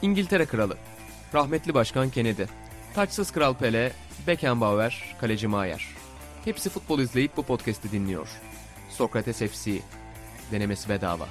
İngiltere Kralı, rahmetli Başkan Kennedy, taçsız Kral Pele, Beckenbauer, Kaleci Maier. Hepsi futbol izleyip bu podcast'i dinliyor. Sokrates FC, denemesi bedava.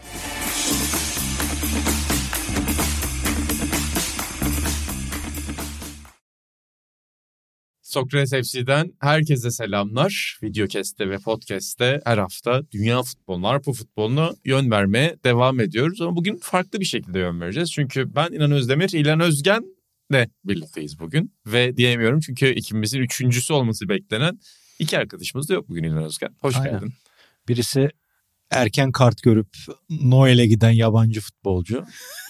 Sokrates FC'den herkese selamlar. Videocast'te ve podcast'te her hafta dünya futboluna, Avrupa futboluna yön vermeye devam ediyoruz. Ama bugün farklı bir şekilde yön vereceğiz. Çünkü ben İlhan Özdemir, İlhan Özgen'le birlikteyiz bugün. Ve diyemiyorum çünkü ikimizin üçüncüsü olması beklenen iki arkadaşımız da yok bugün İlhan Özgen. Hoş geldin. Birisi erken kart görüp Noel'e giden yabancı futbolcu.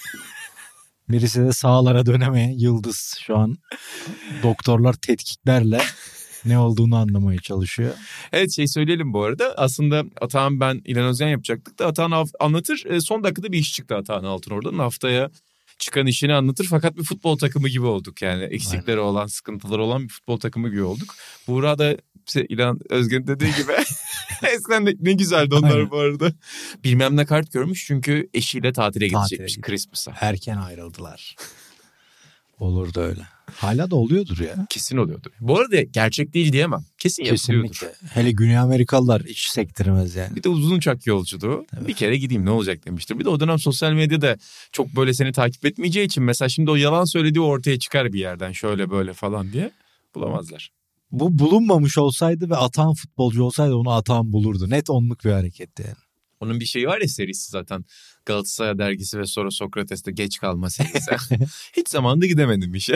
Birisi de sahalara dönemeyen yıldız. Şu an doktorlar tetkiklerle ne olduğunu anlamaya çalışıyor. Evet, söyleyelim bu arada. Aslında Atahan, ben İlhan Özgen yapacaktık da Atahan anlatır. Son dakikada bir iş çıktı Atahan Altınordu'nun. Haftaya çıkan işini anlatır. Fakat bir futbol takımı gibi olduk yani. Eksikleri olan, sıkıntıları olan bir futbol takımı gibi olduk. Buğra da İlhan Özgen'in dediği gibi eskiden ne güzeldi onlar. Aynen. Bu arada. Bilmem ne kart görmüş çünkü eşiyle tatile gidecekmiş Christmas'a. Erken ayrıldılar. Olurdu öyle. Hala da oluyordur ya. Kesin oluyordur. Bu arada gerçek değil diyemem. Kesin yapılıyordur. Kesinlikle. Hele Güney Amerikalılar hiç sektirmez yani. Bir de uzun uçak yolculuğu. Evet. Bir kere gideyim ne olacak demiştir. Bir de o dönem sosyal medyada çok böyle seni takip etmeyeceği için mesela şimdi o yalan söylediği ortaya çıkar bir yerden şöyle böyle falan diye bulamazlar. Bu bulunmamış olsaydı ve Atahan futbolcu olsaydı onu Atahan bulurdu. Net onluk bir hareketti yani. Onun bir şeyi var ya, serisi zaten. Galatasaray dergisi ve sonra Sokrates'te geç kalma serisi. Hiç zamanında gidemedim işe.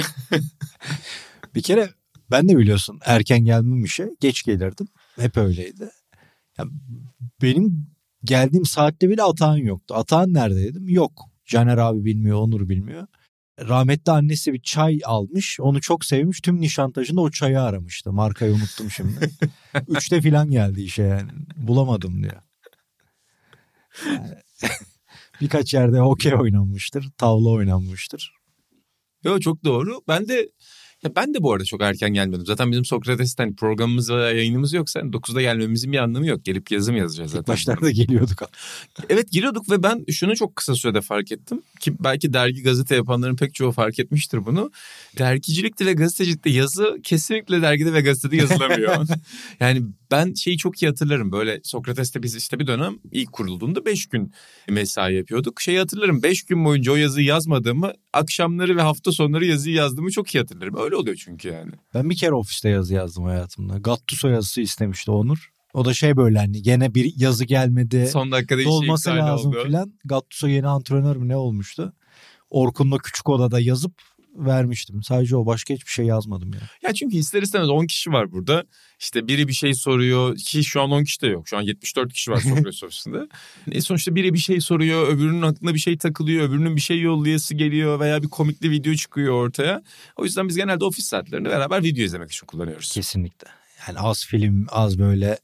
Bir kere ben de biliyorsun erken gelmem işe, geç gelirdim. Hep öyleydi. Yani benim geldiğim saatte bile Atahan yoktu. Atahan neredeydim? Yok. Caner abi bilmiyor, Onur bilmiyor. Rahmetli annesi bir çay almış. Onu çok sevmiş. Tüm Nişantaşı'nda o çayı aramıştı. Markayı unuttum şimdi. 3'te falan geldi işe yani. Bulamadım diyor. Yani, birkaç yerde hokey oynanmıştır. Tavla oynanmıştır. Yok, çok doğru. Ben de bu arada çok erken gelmedim. Zaten bizim Sokrates'ten programımız ve yayınımız yoksa 9'da gelmemizin bir anlamı yok. Gelip yazım yazacağız zaten. İlk başlarda geliyorduk. Evet, giriyorduk ve ben şunu çok kısa sürede fark ettim. Ki belki dergi gazete yapanların pek çoğu fark etmiştir bunu. Dergicilikte ve gazetecilikte yazı kesinlikle dergide ve gazetede yazılamıyor. Yani ben çok iyi hatırlarım. Böyle Sokrates'te biz işte bir dönem ilk kurulduğunda 5 gün mesai yapıyorduk. Hatırlarım, 5 gün boyunca o yazıyı yazmadığımı, akşamları ve hafta sonları yazıyı yazdığımı çok iyi hatırlarım. Öyle oluyor çünkü yani. Ben bir kere ofiste yazı yazdım hayatımda. Gattuso yazısı istemişti Onur. O da böyle hani gene bir yazı gelmedi. Son dakikada dolması lazım filan. Gattuso yeni antrenör mü ne olmuştu? Orkun'la küçük odada yazıp vermiştim. Sadece o, başka hiçbir şey yazmadım ya. Ya çünkü ister istemez 10 kişi var burada. İşte biri bir şey soruyor ki şu an 10 kişi de yok. Şu an 74 kişi var Sokrates ofisinde. Sonuçta biri bir şey soruyor, öbürünün aklına bir şey takılıyor, öbürünün bir şey yollayası geliyor veya bir komikli video çıkıyor ortaya. O yüzden biz genelde ofis saatlerinde beraber video izlemek için kullanıyoruz. Kesinlikle. Yani az film, az böyle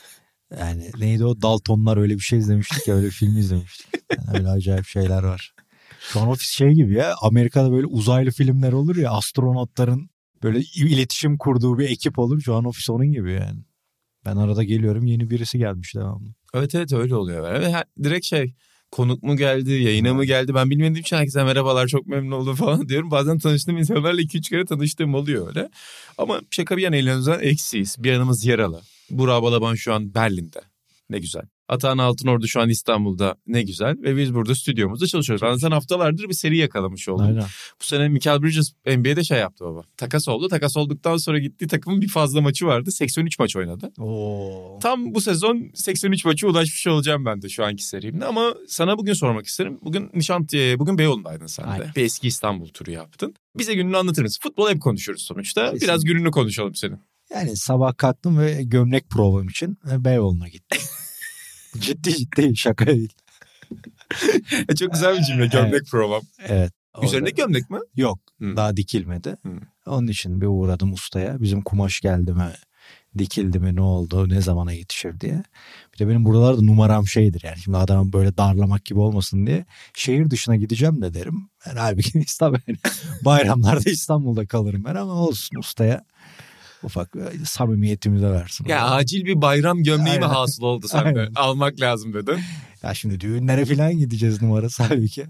yani neydi o, Daltonlar, öyle bir şey izlemiştik ya, öyle bir film izlemiştik. Yani öyle acayip şeyler var. Şu an ofis gibi ya, Amerika'da böyle uzaylı filmler olur ya, astronotların böyle iletişim kurduğu bir ekip olur. Şu an ofis onun gibi yani. Ben arada geliyorum, yeni birisi gelmiş devamlı. Evet öyle oluyor. Ve direkt konuk mu geldi, yayına mı geldi, ben bilmediğim için herkese merhabalar, çok memnun oldum falan diyorum. Bazen tanıştığım insanlarla 2-3 kere tanıştığım oluyor öyle. Ama şaka bir yana elimizden eksiyiz. Bir yanımız yaralı. Burak Balaban şu an Berlin'de. Ne güzel. Atahan Altınordu şu an İstanbul'da, ne güzel. Ve biz burada stüdyomuzda çalışıyoruz. Ben zaten haftalardır bir seri yakalamış oldum. Aynen. Bu sene Michael Bridges NBA'de yaptı baba. Takas oldu. Takas olduktan sonra gittiği takımın bir fazla maçı vardı. 83 maç oynadı. Oo. Tam bu sezon 83 maçı ulaşmış olacağım ben de şu anki serimde. Ama sana bugün sormak isterim. Bugün Beyoğlu'ndaydın sen de. Aynen. Bir eski İstanbul turu yaptın. Bize gününü anlatır mısın? Futbol hep konuşuruz sonuçta. Kesinlikle. Biraz gününü konuşalım senin. Yani sabah kalktım ve gömlek provam için Beyoğlu'na gittim. Ciddi, şaka değil. Çok güzel bir cümle, gömlek evet. Provam. Evet. Üzerinde gömlek mi? Yok. Daha dikilmedi. Onun için bir uğradım ustaya. Bizim kumaş geldi mi, dikildi mi, ne oldu, ne zamana yetişir diye. Bir de benim buralarda numaram şeydir yani. Şimdi adamı böyle darlamak gibi olmasın diye. Şehir dışına gideceğim de derim. Yani halbuki bayramlarda İstanbul'da kalırım ben, ama olsun, ustaya ufak samimiyetimize versin. Ya acil bir bayram gömleği mi hasıl oldu sende? Almak lazım dedin. Ya şimdi düğünlere falan gideceğiz numarası halbuki.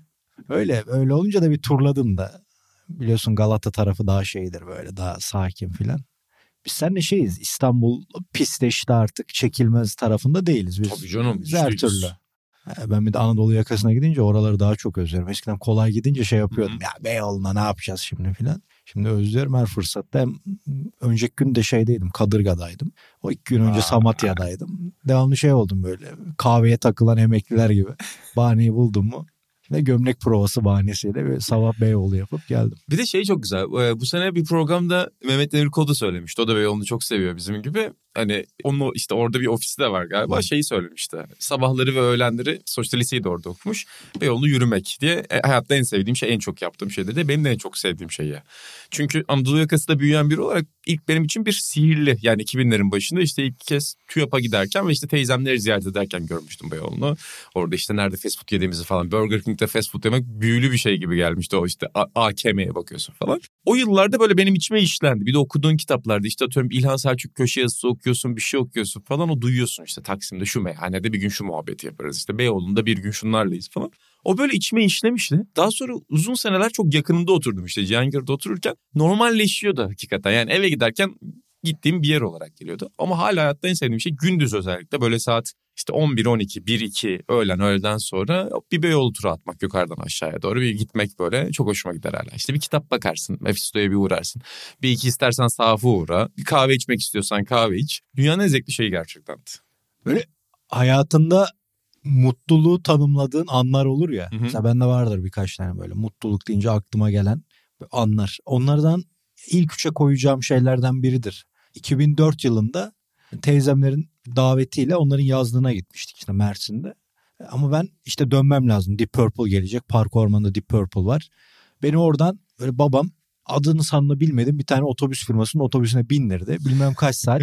Öyle olunca da bir turladım da. Biliyorsun Galata tarafı daha şeydir böyle, daha sakin filan. Biz seninle şeyiz, İstanbul pistte işte artık çekilmez tarafında değiliz. Biz, Tabii canım. biz her türlü. Ben bir de Anadolu yakasına gidince oraları daha çok özlüyorum. Eskiden kolay gidince şey yapıyordum. Ya Beyoğlu'na ne yapacağız şimdi filan. Şimdi özlüyorum her fırsatta. Hem önceki gün de şeydeydim, Kadırga'daydım. O 2 gün önce Samatya'daydım. Devamlı şey oldum böyle, kahveye takılan emekliler gibi. Bahaneyi buldum mu? Ve gömlek provası bahanesiyle ve sabah Beyoğlu yapıp geldim. Bir de şey çok güzel. Bu sene bir programda Mehmet Demirkol da söylemişti. O da Beyoğlu'nu çok seviyor bizim gibi. Hani onun işte orada bir ofisi de var galiba. Şeyi söylemişti. Sabahları ve öğlenleri, sonuçta liseyi de orada okumuş. Beyoğlu yürümek diye. Hayatta en sevdiğim şey, en çok yaptığım şey dedi. Benim de en çok sevdiğim şey ya. Çünkü Anadolu yakasında büyüyen biri olarak ilk benim için bir sihirli. Yani 2000'lerin başında işte ilk kez TÜYAP'a giderken ve işte teyzemleri ziyaret ederken görmüştüm Beyoğlu'nu. Orada işte nerede fast food yediğimizi falan. Burger King'de fast food yemek büyülü bir şey gibi gelmişti. O işte AKM'ye bakıyorsun falan. O yıllarda böyle benim içime işlendi. Bir de okuduğun kitaplarda işte atıyorum İlhan Selçuk köşe yazısı okuyorsun, bir şey okuyorsun falan, o duyuyorsun işte Taksim'de şu meyhanede bir gün şu muhabbeti yaparız, işte Beyoğlu'nda bir gün şunlarlayız falan. O böyle içime işlemişti. Daha sonra uzun seneler çok yakınında oturdum işte Cihangir'de otururken. Normalleşiyordu hakikaten. Yani eve giderken gittiğim bir yer olarak geliyordu. Ama hala hayatta en sevdiğim şey gündüz, özellikle böyle saat işte 11, 12, 1, 2 öğleden sonra bir Beyoğlu turu atmak, yukarıdan aşağıya doğru bir gitmek böyle çok hoşuma gider hala. İşte bir kitap bakarsın, Mefisto'ya bir uğrarsın. Bir iki istersen Saf'a uğra. Bir kahve içmek istiyorsan kahve iç. Dünyanın en zevkli şeyi gerçekten. Böyle hayatında mutluluğu tanımladığın anlar olur ya. Hı hı. Mesela bende vardır birkaç tane böyle mutluluk deyince aklıma gelen anlar. Onlardan ilk 3'e koyacağım şeylerden biridir. 2004 yılında teyzemlerin davetiyle onların yazlığına gitmiştik işte Mersin'de. Ama ben işte dönmem lazım. Deep Purple gelecek. Park Ormanı'nda Deep Purple var. Beni oradan böyle babam, adını sanını bilmedim, bir tane otobüs firmasının otobüsüne bindirdi. Bilmem kaç saat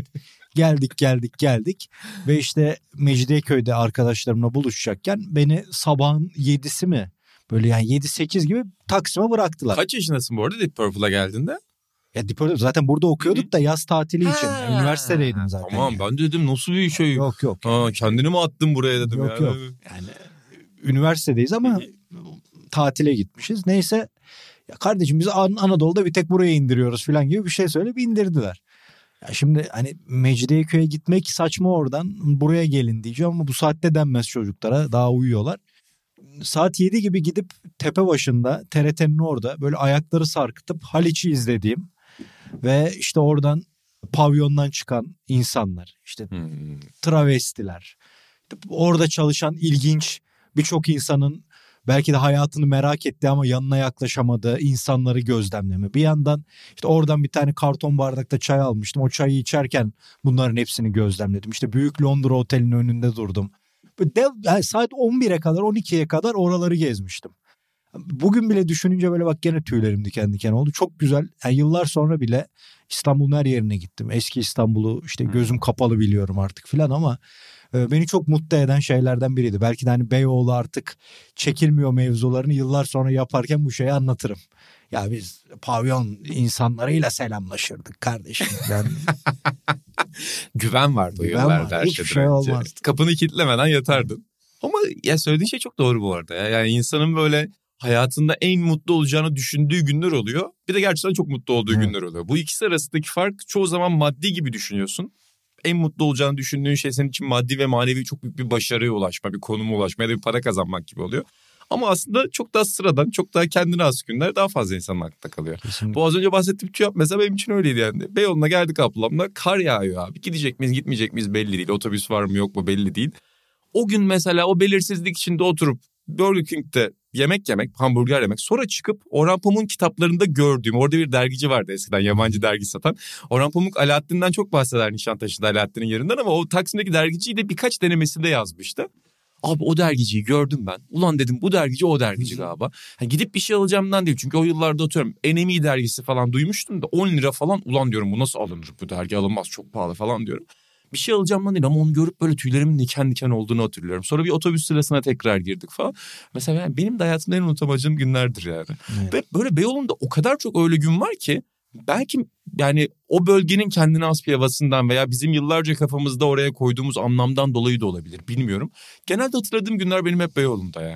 geldik. Ve işte Mecidiyeköy'de arkadaşlarımla buluşacakken beni sabahın 7'si mi? Böyle yani 7-8 gibi Taksim'e bıraktılar. Kaç yaşındasın bu arada Deep Purple'a geldiğinde? Ya Deep Purple zaten burada okuyorduk da yaz tatili için. Yani üniversitedeydim zaten. Tamam yani. Ben de dedim nasıl bir şey? Yok. Yani. Kendini mi attın buraya dedim. Yok. Yani üniversitedeyiz ama tatile gitmişiz. Neyse ya kardeşim biz Anadolu'da bir tek buraya indiriyoruz falan gibi bir şey söyleyip indirdiler. Ya şimdi hani Mecidiyeköy'e gitmek saçma, oradan buraya gelin diyeceğim ama bu saatte denmez çocuklara, daha uyuyorlar. Saat 7 gibi gidip tepe başında TRT'nin orada böyle ayakları sarkıtıp Haliç'i izlediğim ve işte oradan pavyondan çıkan insanlar, işte travestiler, orada çalışan ilginç birçok insanın belki de hayatını merak ettiği ama yanına yaklaşamadığı insanları gözlemleme. Bir yandan işte oradan bir tane karton bardakta çay almıştım. O çayı içerken bunların hepsini gözlemledim. İşte Büyük Londra Oteli'nin önünde durdum. Yani saat 11'e kadar 12'ye kadar oraları gezmiştim. Bugün bile düşününce böyle bak gene tüylerim diken diken oldu. Çok güzel. Yani yıllar sonra bile İstanbul'un her yerine gittim. Eski İstanbul'u işte gözüm kapalı biliyorum artık filan ama beni çok mutlu eden şeylerden biriydi. Belki de hani Beyoğlu artık çekilmiyor mevzularını yıllar sonra yaparken bu şeyi anlatırım. Ya biz pavyon insanlarıyla selamlaşırdık kardeşim. Güven vardı o yıllarda her hiçbir şey olmaz. Kapını kilitlemeden yatardın. Ama ya söylediğin şey çok doğru bu arada. Yani insanın böyle hayatında en mutlu olacağını düşündüğü günler oluyor. Bir de gerçekten çok mutlu olduğu günler oluyor. Bu ikisi arasındaki fark çoğu zaman maddi gibi düşünüyorsun. En mutlu olacağını düşündüğün şey senin için maddi ve manevi çok büyük bir başarıya ulaşma, bir konuma ulaşma ya da bir para kazanmak gibi oluyor. Ama aslında çok daha sıradan, çok daha kendine has günler daha fazla insanın aklında kalıyor. Kesinlikle. Bu az önce bahsettiğim TÜYAP mesela benim için öyleydi yani. Beyoğlu'na geldik ablamla, kar yağıyor abi. Gidecek miyiz gitmeyecek miyiz belli değil. Otobüs var mı yok mu belli değil. O gün mesela o belirsizlik içinde oturup Burger King'de yemek yemek, hamburger yemek. Sonra çıkıp Orhan Pamuk'un kitaplarında gördüğüm, orada bir dergici vardı eskiden yabancı dergi satan. Orhan Pamuk Alaaddin'den çok bahseder Nişantaşı'nda Alaaddin'in yerinden ama o Taksim'deki dergiciyi de birkaç denemesinde yazmıştı. Abi o dergiciyi gördüm ben. Ulan dedim bu dergici o dergici galiba. Yani gidip bir şey alacağımdan değil. Çünkü o yıllarda atıyorum NME dergisi falan duymuştum da 10 lira falan. Ulan diyorum bu nasıl alınır, bu dergi alınmaz çok pahalı falan diyorum. Bir şey alacağımdan değil ama onu görüp böyle tüylerimin diken diken olduğunu hatırlıyorum. Sonra bir otobüs sırasına tekrar girdik falan. Mesela yani benim de hayatımda en unutamadığım günlerdir yani. Evet. Ve böyle Beyoğlu'nda o kadar çok öyle gün var ki belki yani o bölgenin kendine has bir havasından veya bizim yıllarca kafamızda oraya koyduğumuz anlamdan dolayı da olabilir bilmiyorum. Genelde hatırladığım günler benim hep Beyoğlu'nda yani.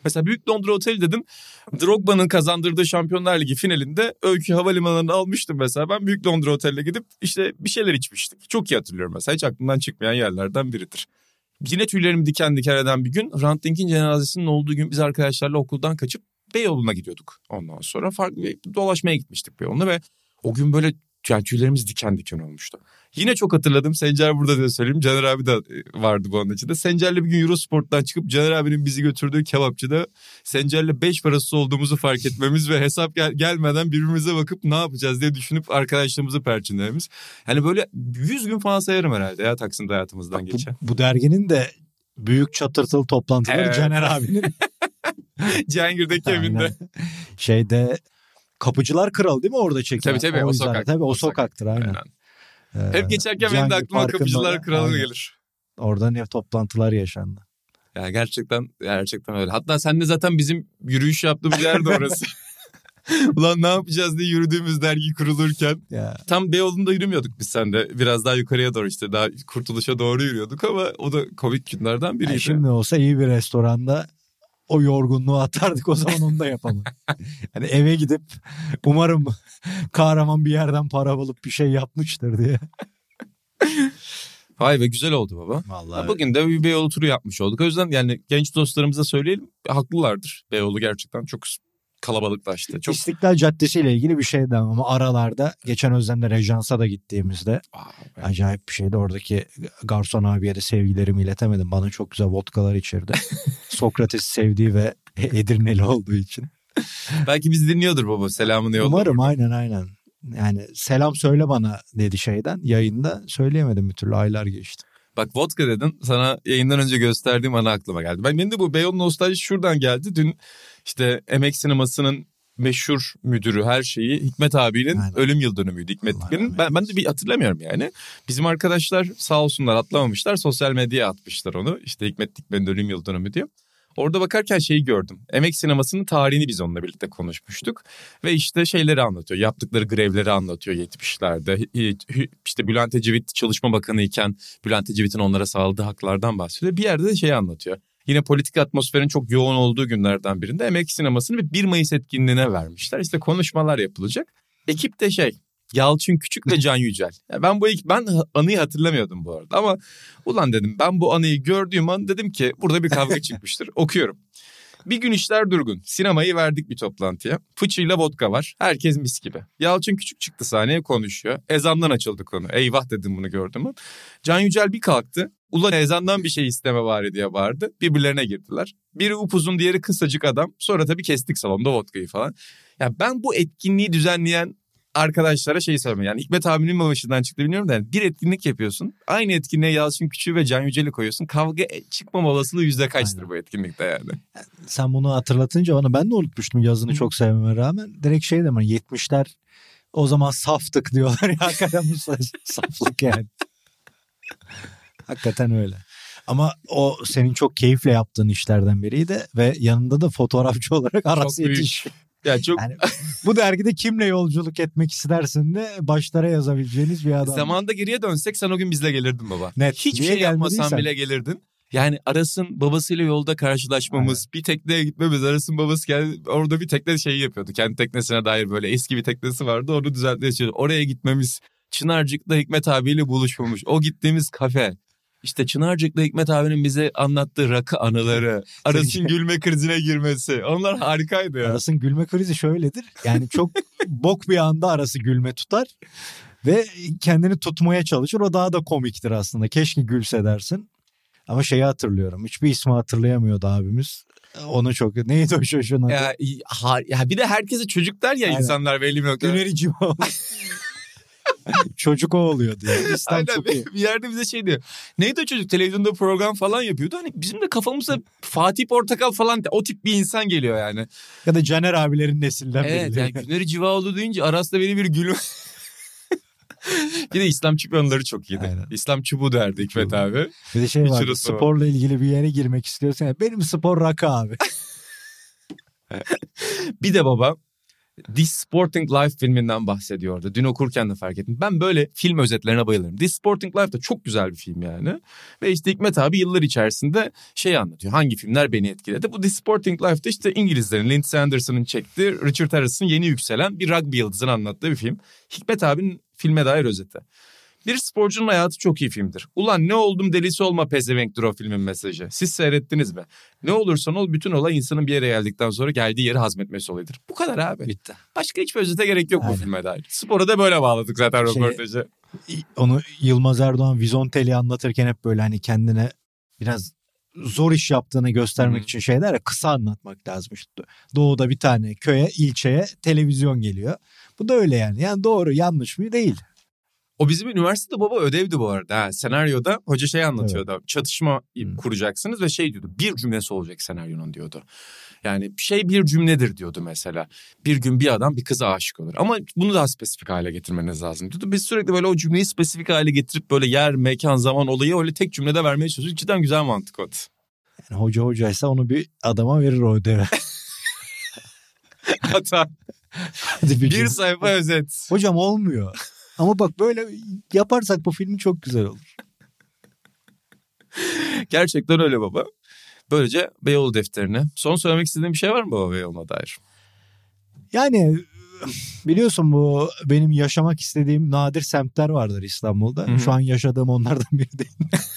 Mesela Büyük Londra Oteli dedim. Drogba'nın kazandırdığı Şampiyonlar Ligi finalinde Öykü Havalimanı'nı almıştım mesela. Ben Büyük Londra Oteli'ne gidip işte bir şeyler içmiştik. Çok iyi hatırlıyorum mesela. Hiç aklımdan çıkmayan yerlerden biridir. Yine tüylerimi diken diken eden bir gün, Hrant Dink'in cenazesinin olduğu gün biz arkadaşlarla okuldan kaçıp Beyoğlu'na gidiyorduk. Ondan sonra farklı bir dolaşmaya gitmiştik Beyoğlu'na ve o gün böyle yani tüylerimiz diken diken olmuştu. Yine çok hatırladım. Sencer burada da söyleyeyim. Caner abi de vardı bu onun içinde. Sencer'le bir gün Eurosport'tan çıkıp Caner abinin bizi götürdüğü kebapçıda Sencer'le 5 parası olduğumuzu fark etmemiz ve hesap gelmeden birbirimize bakıp ne yapacağız diye düşünüp arkadaşlarımızı perçinlememiz. Yani böyle 100 gün falan sayarım herhalde ya Taksim'de hayatımızdan geçen. Bu derginin de büyük çatırtılı toplantıları Evet. Caner abinin. Cihangir'deki evinde. Şeyde Kapıcılar Kralı değil mi orada çekilen? Tabii, o sokak. Tabii o sokaktır aynen. Hep geçerken benim de aklıma Kapıcılar Kralı gelir. Orada ne toplantılar yaşandı. Ya gerçekten öyle. Hatta sen de zaten bizim yürüyüş yaptığımız yer de orası. Ulan ne yapacağız diye yürüdüğümüz dergi kurulurken. Ya. Tam Beyoğlu'nda yürümüyorduk biz sende. Biraz daha yukarıya doğru işte daha Kurtuluş'a doğru yürüyorduk ama o da komik günlerden biriydi. Yani şimdi olsa iyi bir restoranda o yorgunluğu atardık, o zaman onu da yapamam. Hani eve gidip umarım kahraman bir yerden para bulup bir şey yapmıştır diye. Vay be, güzel oldu baba. Vallahi. Bugün de bir Beyoğlu turu yapmış olduk. O yüzden yani genç dostlarımıza söyleyelim, haklılardır. Beyoğlu gerçekten çok kalabalıklaştı. Çok... İstiklal Caddesi ile ilgili bir şeydi ama aralarda geçen Özlem'le Rejans'a da gittiğimizde acayip bir şeydi. Oradaki garson abiye de sevgilerimi iletemedim. Bana çok güzel vodkalar içirdi. Sokrates'i sevdiği ve Edirneli olduğu için. Belki bizi dinliyordur baba, selamını yolla. Umarım, aynen. Yani selam söyle bana dedi şeyden, yayında. Söyleyemedim bir türlü, aylar geçti. Bak vodka dedin, sana yayından önce gösterdiğim ana aklıma geldi. Benim de bu Beyoğlu nostalji şuradan geldi. Dün işte Emek Sineması'nın meşhur müdürü, her şeyi Hikmet abinin ölüm yıl dönümüydü. Hikmet Dikmen'in. Ben de bir hatırlamıyorum yani. Bizim arkadaşlar sağ olsunlar atlamamışlar. Sosyal medyaya atmışlar onu. İşte Hikmet Dikmen'in ölüm yıl dönümü diyor. Orada bakarken şeyi gördüm. Emek Sineması'nın tarihini biz onunla birlikte konuşmuştuk. Ve işte şeyleri anlatıyor. Yaptıkları grevleri anlatıyor 70'lerde. İşte Bülent Ecevit Çalışma Bakanı iken Bülent Ecevit'in onlara sağladığı haklardan bahsediyor. Bir yerde de şeyi anlatıyor. Yine politik atmosferin çok yoğun olduğu günlerden birinde Emek Sineması'nı bir 1 Mayıs etkinliğine vermişler. İşte konuşmalar yapılacak. Ekip de Yalçın Küçük ve Can Yücel. Yani ben anıyı hatırlamıyordum bu arada ama ulan dedim, ben bu anıyı gördüğüm an dedim ki burada bir kavga çıkmıştır. Okuyorum. Bir gün işler durgun. Sinemayı verdik bir toplantıya. Fıçıyla vodka var. Herkes mis gibi. Yalçın Küçük çıktı sahneye, konuşuyor. Ezandan açıldı konu. Eyvah dedim bunu gördüm mü? Can Yücel bir kalktı. Ulan ezandan bir şey isteme bari diye bağırdı. Birbirlerine girdiler. Biri upuzun, diğeri kısacık adam. Sonra tabii kestik salonda vodkayı falan. Ya ben bu etkinliği düzenleyen arkadaşlara şeyi söyleyeyim. Yani Hikmet abinin başından çıktı bilmiyorum da yani bir etkinlik yapıyorsun. Aynı etkinliğe Yalçın Küçük'ü ve Can Yücel'i koyuyorsun. Kavga çıkmama olasılığı %kaçtır Aynen. Bu etkinlikte yani. Sen bunu hatırlatınca bana, ben de unutmuştum yazını çok sevmeme rağmen. Direkt şey dedim, 70'ler o zaman saftık diyorlar ya. Hakikaten bu saflık yani. Hakikaten öyle. Ama o senin çok keyifle yaptığın işlerden biriydi ve yanında da fotoğrafçı olarak Aras Yetiş. Ya çok... Yani bu dergide kimle yolculuk etmek istersin de başlara yazabileceğiniz bir adam. Zamanda geriye dönsek sen o gün bizle gelirdin baba. Net. Hiçbir şey yapmasan bile gelirdin. Yani Aras'ın babasıyla yolda karşılaşmamız, bir tekneye gitmemiz, Aras'ın babası orada bir tekne şeyi yapıyordu. Kendi teknesine dair böyle eski bir teknesi vardı, onu düzeltmeye. Oraya gitmemiz, Çınarcık'ta Hikmet abiyle buluşmamız, o gittiğimiz kafe. İşte Çınarcık'ta Hikmet abinin bize anlattığı rakı anıları, Aras'ın gülme krizine girmesi. Onlar harikaydı ya. Aras'ın gülme krizi şöyledir. Yani çok bok bir anda Aras'ı gülme tutar ve kendini tutmaya çalışır. O daha da komiktir aslında. Keşke gülse dersin. Ama şeyi hatırlıyorum. Hiçbir ismi hatırlayamıyordu abimiz. Onu çok... Neydi o çocuğun adı? Ya bir de herkese çocuk der ya. Aynen. İnsanlar belli mi? Güneri Civa. Çocuk o oluyordu yani. Aynen, bir yerde bize şey diyor. Neydi o çocuk? Televizyonda program falan yapıyordu. Hani bizim de kafamıza Fatih Portakal falan o tip bir insan geliyor yani. Ya da Caner abilerin nesilden biri. Evet yani Güneri Civaoğlu deyince Aras'ta beni bir gülüm. Bir de İslam Çubuğu anıları çok iyiydi. Aynen. İslam Çubuğu derdi Hikmet abi. Bir de şey var, sporla ilgili bir yere girmek istiyorsan benim spor rakı abi. Bir de baba This Sporting Life filminden bahsediyordu. Dün okurken de fark ettim. Ben böyle film özetlerine bayılırım. This Sporting Life da çok güzel bir film yani. Ve işte Hikmet abi yıllar içerisinde anlatıyor. Hangi filmler beni etkiledi? Bu This Sporting Life'da işte İngilizlerin Lindsay Anderson'ın çektiği, Richard Harris'ın yeni yükselen bir rugby yıldızını anlattığı bir film. Hikmet abinin filme dair özeti. Bir sporcunun hayatı çok iyi filmdir. Ulan ne oldum delisi olma pezevenktir o filmin mesajı. Siz seyrettiniz mi? Ne olursan ol bütün olay insanın bir yere geldikten sonra geldiği yeri hazmetmesi olayıdır. Bu kadar abi. Bitti. Başka hiçbir özete gerek yok bu filme dair. Spora da böyle bağladık zaten röportajı. Onu Yılmaz Erdoğan Vizonteli anlatırken hep böyle hani kendine biraz zor iş yaptığını göstermek için der ya, kısa anlatmak lazım işte. Doğuda bir tane köye, ilçeye televizyon geliyor. Bu da öyle yani. Yani doğru yanlış mı? Değil. O bizim üniversitede baba ödevdi bu arada. Senaryoda hoca anlatıyordu. Evet. Çatışma kuracaksınız ve diyordu. Bir cümlesi olacak senaryonun diyordu. Yani bir cümledir diyordu mesela. Bir gün bir adam bir kıza aşık olur. Ama bunu daha spesifik hale getirmeniz lazım diyordu. Biz sürekli böyle o cümleyi spesifik hale getirip böyle yer, mekan, zaman, olayı öyle tek cümlede vermeye çalışıyoruz. Cidden güzel mantık o. Yani hocaysa onu bir adama verir o ödevi. Hatta bir sayfa özet. Hocam olmuyor. Ama bak böyle yaparsak bu film çok güzel olur. Gerçekten öyle baba. Böylece Beyoğlu defterine. Son söylemek istediğin bir şey var mı baba Beyoğlu'na dair? Yani biliyorsun bu benim yaşamak istediğim nadir semtler vardır İstanbul'da. Hı-hı. Şu an yaşadığım onlardan biri değil.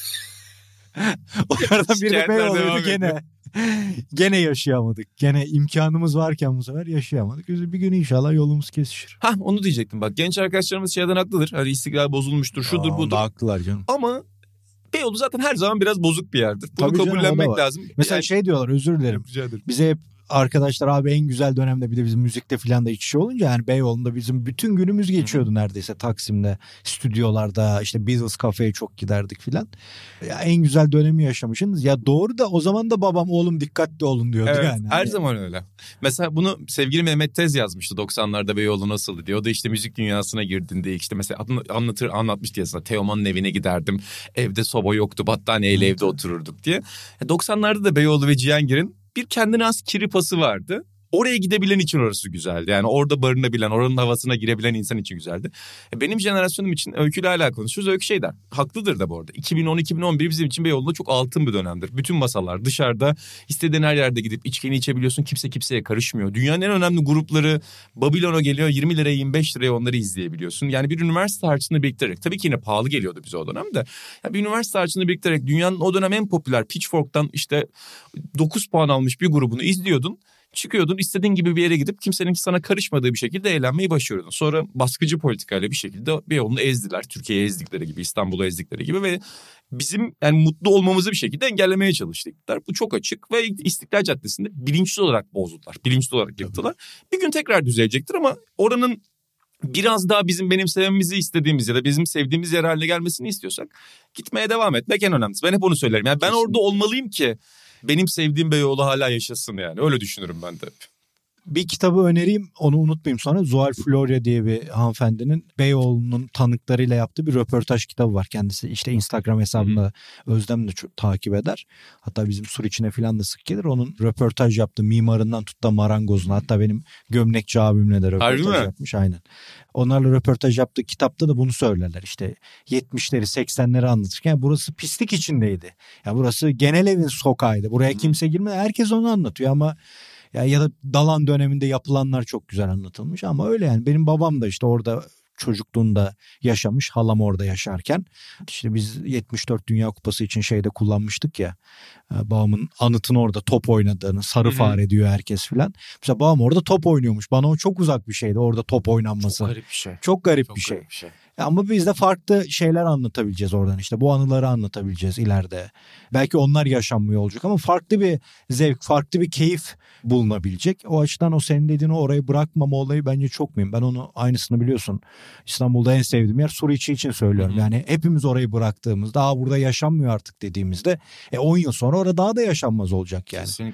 Onlardan biri de Beyoğlu'ydu gene. Gene yaşayamadık. Gene imkanımız varken bu sefer yaşayamadık. Bir gün inşallah yolumuz kesişir. Onu diyecektim bak. Genç arkadaşlarımız şeyden haklıdır. Hani istiklal bozulmuştur, şudur budur. Haklılar canım. Ama Beyoğlu zaten her zaman biraz bozuk bir yerdir. Bunu tabii kabullenmek canım, lazım. Mesela diyorlar, özür dilerim. Bize hep arkadaşlar abi en güzel dönemde, bir de bizim müzikte falan da iç içe olunca yani Beyoğlu'nda bizim bütün günümüz geçiyordu neredeyse Taksim'de, stüdyolarda, işte Beatles kafeye çok giderdik filan. Ya en güzel dönemi yaşamışsınız. Ya doğru da o zaman da babam oğlum dikkatli olun diyordu evet, yani. Her zaman öyle. Mesela bunu sevgili Mehmet Tez yazmıştı 90'larda Beyoğlu nasıldı diye. O da işte müzik dünyasına girdiğinde işte mesela anlatmıştı ya sana, Teoman'ın evine giderdim. Evde soba yoktu, battaniyeyle evde otururduk diye. 90'larda da Beyoğlu ve Cihangir'in bir kendine has kiripası vardı. Oraya gidebilen için orası güzeldi. Yani orada barınabilen, oranın havasına girebilen insan için güzeldi. Benim jenerasyonum için Öykü'yle hala konuşuyoruz. Öykü der. Haklıdır da bu arada. 2010-2011 bizim için Beyoğlu'nda çok altın bir dönemdir. Bütün masalar dışarıda, istediğin her yerde gidip içkini içebiliyorsun. Kimse kimseye karışmıyor. Dünyanın en önemli grupları Babylon'a geliyor. 20 liraya 25 liraya onları izleyebiliyorsun. Yani bir üniversite harçlığını biriktirerek. Tabii ki yine pahalı geliyordu bize o dönemde. Yani bir üniversite harçlığını biriktirerek dünyanın o dönem en popüler Pitchfork'tan işte 9 puan almış bir grubunu izliyordun. Çıkıyordun, istediğin gibi bir yere gidip kimsenin sana karışmadığı bir şekilde eğlenmeyi başarıyordun. Sonra baskıcı politikayla bir şekilde Beyoğlu'nu ezdiler. Türkiye'yi ezdikleri gibi, İstanbul'u ezdikleri gibi ve bizim yani mutlu olmamızı bir şekilde engellemeye çalıştılar. Bu çok açık ve İstiklal Caddesi'nde bilinçli olarak bozdular. Bilinçli olarak yaptılar. Bir gün tekrar düzelecektir ama oranın biraz daha benim sevmemizi istediğimiz ya da bizim sevdiğimiz yer haline gelmesini istiyorsak gitmeye devam etmek en önemlisi. Ben hep onu söylerim. Yani ben orada olmalıyım ki benim sevdiğim Beyoğlu hala yaşasın yani. Öyle düşünürüm ben de hep. Bir kitabı önereyim, onu unutmayayım sonra. Zuhal Florya diye bir hanımefendinin Beyoğlu'nun tanıklarıyla yaptığı bir röportaj kitabı var. Kendisi işte Instagram hesabında Özlem de çok takip eder. Hatta bizim sur içine falan da sık gelir. Onun röportaj yaptığı mimarından tut da marangozuna, hatta benim gömlekçi abimle de röportaj yapmış. Aynen. Onlarla röportaj yaptığı kitapta da bunu söylerler. İşte 70'leri 80'leri anlatırken burası pislik içindeydi. Ya burası genel evin sokağıydı. Buraya kimse girmedi. Herkes onu anlatıyor ama ya da Dalan döneminde yapılanlar çok güzel anlatılmış ama öyle yani. Benim babam da işte orada çocukluğunda yaşamış, halam orada yaşarken. İşte biz 74 Dünya Kupası için şeyde kullanmıştık ya. Babamın anıtını orada top oynadığını, sarı fare diyor herkes filan. Mesela babam orada top oynuyormuş. Bana o çok uzak bir şeydi orada top oynanması. Çok garip bir şey. Çok garip bir şey. Ama biz de farklı şeyler anlatabileceğiz oradan işte. Bu anıları anlatabileceğiz ileride. Belki onlar yaşanmıyor olacak ama farklı bir zevk, farklı bir keyif bulunabilecek. O açıdan o senin dediğin orayı bırakmama olayı bence çok mühim. Ben onu aynısını biliyorsun. İstanbul'da en sevdiğim yer Suriçi için söylüyorum. Yani hepimiz orayı bıraktığımızda burada yaşanmıyor artık dediğimizde 10 yıl sonra orada daha da yaşanmaz olacak yani. Kesinlikle öyle.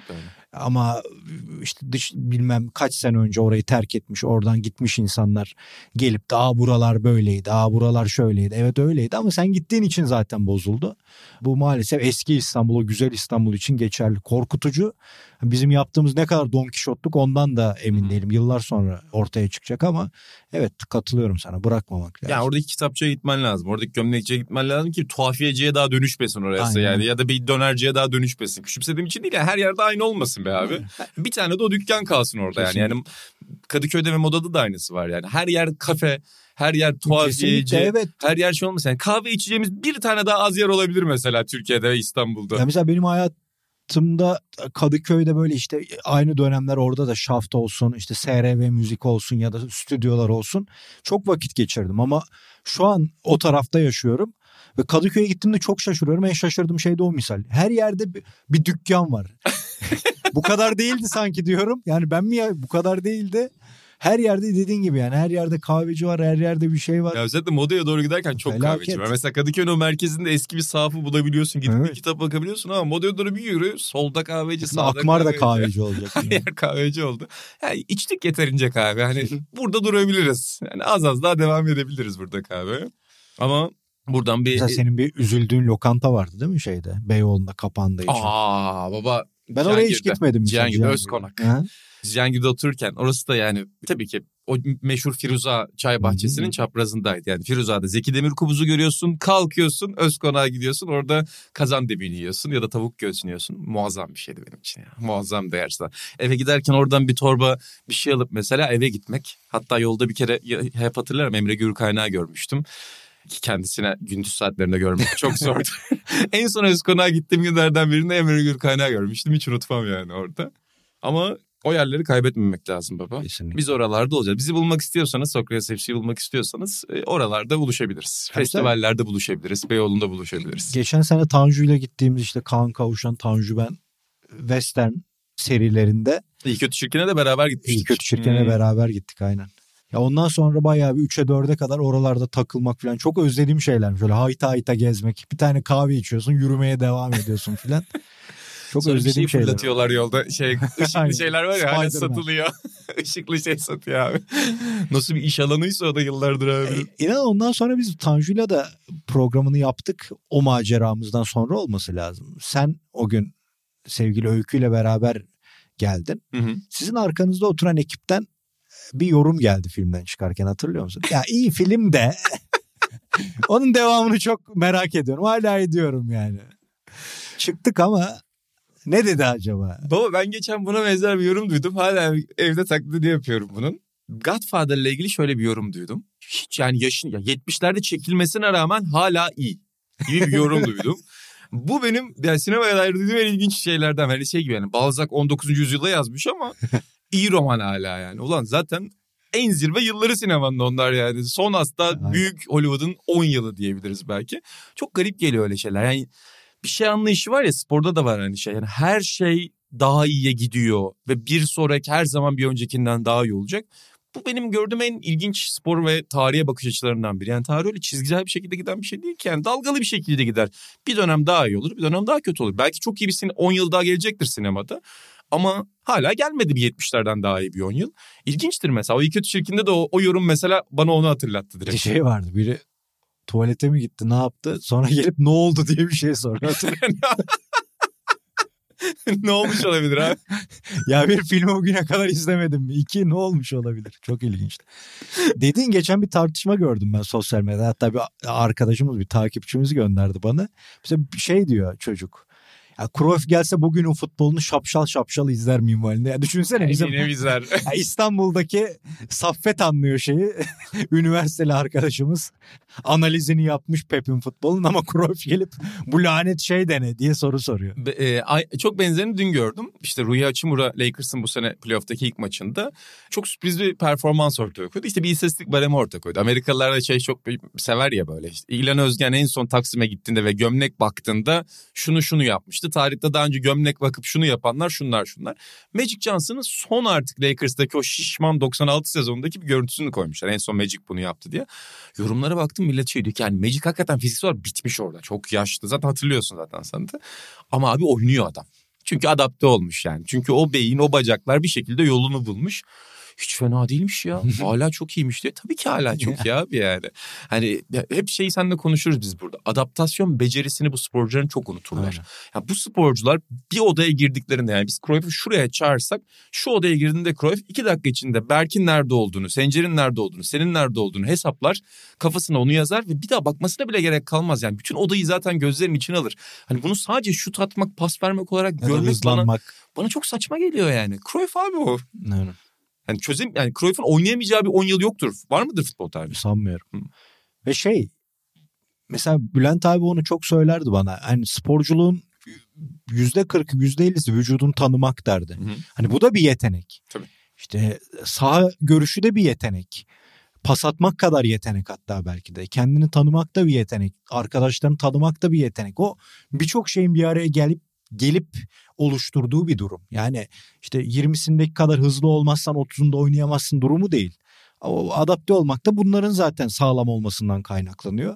Ama işte bilmem kaç sene önce orayı terk etmiş, oradan gitmiş insanlar gelip de buralar böyleydi, buralar şöyleydi. Evet öyleydi ama sen gittiğin için zaten bozuldu. Bu maalesef eski İstanbul, o güzel İstanbul için geçerli. Korkutucu. Bizim yaptığımız ne kadar Don Kişotluk ondan da emin değilim. Yıllar sonra ortaya çıkacak ama evet, katılıyorum sana, bırakmamak lazım. Yani oradaki kitapçıya gitmen lazım. Oradaki gömlekçiye gitmen lazım ki tuhafiyeciye daha dönüşmesin orası yani. Ya da bir dönerciye daha dönüşmesin. Küçümsediğim için değil yani, her yerde aynı olmasın be abi. Bir tane de o dükkan kalsın orada yani. Yani Kadıköy'de ve Moda'da da aynısı var yani. Her yer kafe, her yer tuhafiyeci, evet. Her yer şey olmasın. Yani kahve içeceğimiz bir tane daha az yer olabilir mesela Türkiye'de ve İstanbul'da. Ya mesela benim hayatımda Kadıköy'de böyle işte aynı dönemler orada da Şaft olsun, işte SRV Müzik olsun ya da stüdyolar olsun, çok vakit geçirdim ama şu an o tarafta yaşıyorum ve Kadıköy'e gittiğimde çok şaşırıyorum. En şaşırdığım şey de o misal. Her yerde bir dükkan var. Bu kadar değildi sanki diyorum. Yani ben mi bu kadar değildi. Her yerde dediğin gibi yani, her yerde kahveci var, her yerde bir şey var. Ya özellikle Moda'ya doğru giderken çok Felaket. Kahveci var. Mesela Kadıköy'ün o merkezinde eski bir sahafı bulabiliyorsun. Gidip bir kitap bakabiliyorsun ama Moda'ya doğru bir yürü. Solda kahveci, sağda Akmar da kahveci olacak. Her yer kahveci oldu. Yani içtik yeterince kahve. Hani burada durabiliriz. Yani az az daha devam edebiliriz burada kahve. Ama buradan bir... Mesela senin bir üzüldüğün lokanta vardı değil mi şeyde? Beyoğlu'nda kapandığı için. Baba. Ben oraya hiç gitmedim. Cihangir'de Özkonak. Cihangir'de otururken orası da yani tabii ki o meşhur Firuza Çay Bahçesi'nin çaprazındaydı. Yani Firuza'da Zeki Demirkubuz'u görüyorsun, kalkıyorsun, Özkonak'a gidiyorsun, orada kazan dibini yiyorsun ya da tavuk göğsünü yiyorsun. Muazzam bir şeydi benim için ya. Muazzam gerçekten. Eve giderken oradan bir torba bir şey alıp mesela eve gitmek. Hatta yolda bir kere hep hatırlarım, Emre Gürkaynak'ı görmüştüm. Kendisine gündüz saatlerinde görmek çok zordu. En son Özkonak'a gittiğim günlerden birinde Emre Gürkaynak'ı görmüştüm. Hiç unutmam yani orada. Ama o yerleri kaybetmemek lazım baba. Kesinlikle. Biz oralarda olacağız. Bizi bulmak istiyorsanız, Sokrates FC'yi bulmak istiyorsanız oralarda buluşabiliriz. Festivallerde buluşabiliriz. Beyoğlu'nda buluşabiliriz. Geçen sene Tanju'yla gittiğimiz işte Kaan Kavuşan, Tanju ben Western serilerinde. İyi Kötü Çirkin'e de beraber gitmiştik. İyi Kötü Çirkin'e beraber gittik aynen. Ya ondan sonra bayağı bir 3'e 4'e kadar oralarda takılmak falan çok özlediğim şeyler. Şöyle hayta gezmek, bir tane kahve içiyorsun, yürümeye devam ediyorsun falan. Çok sonra özlediğim şeyler. fırlatıyorlar yolda, ışıklı şeyler var ya, hani satılıyor. Işıklı şey satıyor abi. Nasıl bir iş alanıysa o da yıllardır abi. İnan ondan sonra biz Tanju'yla da programını yaptık. O maceramızdan sonra olması lazım. Sen o gün sevgili Öykü'yle beraber geldin. Hı. Sizin arkanızda oturan ekipten bir yorum geldi filmden çıkarken, hatırlıyor musun? Ya iyi film de onun devamını çok merak ediyorum. Hala ediyorum yani. Çıktık ama ne dedi acaba? Baba ben geçen buna benzer bir yorum duydum. Hala evde taklidi yapıyorum bunun. Godfather'la ilgili şöyle bir yorum duydum. Hiç yani yaşın 70'lerde çekilmesine rağmen hala iyi gibi bir yorum duydum. Bu benim yani sinemaya dair duyduğum en ilginç şeylerden. Hani şey gibi yani, Balzac 19. yüzyılda yazmış ama iyi roman hala yani. Ulan zaten en zirve yılları sinemanın onlar yani. Son hasta büyük Hollywood'un 10 yılı diyebiliriz belki. Çok garip geliyor öyle şeyler. Yani bir şey anlayışı var ya, sporda da var hani şey. Yani her şey daha iyiye gidiyor ve bir sonraki her zaman bir öncekinden daha iyi olacak. Bu benim gördüğüm en ilginç spor ve tarihe bakış açılarından biri. Yani tarih öyle çizgisel bir şekilde giden bir şey değil ki. Yani dalgalı bir şekilde gider. Bir dönem daha iyi olur, bir dönem daha kötü olur. Belki çok iyi bir 10 yıl daha gelecektir sinemada. Ama hala gelmedi bir 70'lerden daha iyi bir 10 yıl. İlginçtir mesela. O İyi Kötü Çirkin'de de o yorum mesela bana onu hatırlattı direkt. Bir şey vardı, biri tuvalete mi gitti, ne yaptı? Sonra gelip ne oldu diye bir şey sordu. Ne olmuş olabilir abi? Ya bir filmi o güne kadar izlemedim. 2 ne olmuş olabilir? Çok ilginçti. Dediğin geçen bir tartışma gördüm ben sosyal medyada. Hatta bir arkadaşımız, bir takipçimiz gönderdi bana. Mesela şey diyor çocuk. Ya Cruyff gelse bugünün futbolunu şapşal izler minvalinde. Ya düşünsene bizim izler. Ya İstanbul'daki Saffet anlıyor şeyi. Üniversiteli arkadaşımız analizini yapmış Pep'in futbolun ama Cruyff gelip bu lanet şey de ne diye soru soruyor. Çok benzerini dün gördüm. İşte Rui Hachimura Lakers'ın bu sene playoff'taki ilk maçında çok sürpriz bir performans ortaya koydu. İşte bir istatistik baremi ortaya koydu. Amerikalılar da çok sever ya böyle. İşte İlhan Özgen en son Taksim'e gittiğinde ve gömlek baktığında şunu yapmıştı. Tarihte daha önce gömlek bakıp şunu yapanlar şunlar. Magic Johnson'ın son artık Lakers'taki o şişman 96 sezonundaki bir görüntüsünü koymuşlar. En son Magic bunu yaptı diye. Yorumlara baktım, millet şey diyor ki yani Magic hakikaten fiziksel olarak bitmiş orada. Çok yaşlı. Zaten hatırlıyorsun zaten sen de. Ama abi oynuyor adam. Çünkü adapte olmuş yani. Çünkü o beyin, o bacaklar bir şekilde yolunu bulmuş. Hiç fena değilmiş ya. Hala çok iyiymiş diye. Tabii ki hala çok iyi abi yani. Hani hep şeyi seninle konuşuruz biz burada. Adaptasyon becerisini bu sporcuların çok unuturlar. Ya bu sporcular bir odaya girdiklerinde, yani biz Cruyff'u şuraya çağırsak, şu odaya girdiğinde Cruyff 2 dakika içinde Berk'in nerede olduğunu, Sencer'in nerede olduğunu, senin nerede olduğunu hesaplar. Kafasına onu yazar ve bir daha bakmasına bile gerek kalmaz. Yani bütün odayı zaten gözlerinin içine alır. Hani bunu sadece şut atmak, pas vermek olarak görmek bana çok saçma geliyor yani. Cruyff abi o. Evet. Yani Cruyff'un oynayamayacağı bir 10 yıl yoktur. Var mıdır futbol tarihi? Sanmıyorum. Ve mesela Bülent abi onu çok söylerdi bana. Hani sporculuğun %40'ı %50'si vücudunu tanımak derdi. Hani bu da bir yetenek. Tabii. İşte saha görüşü de bir yetenek. Pas atmak kadar yetenek hatta belki de. Kendini tanımak da bir yetenek. Arkadaşlarını tanımak da bir yetenek. O birçok şeyin bir araya gelip oluşturduğu bir durum. Yani işte 20'sindeki kadar hızlı olmazsan 30'unda oynayamazsın durumu değil. O adapte olmak da bunların zaten sağlam olmasından kaynaklanıyor.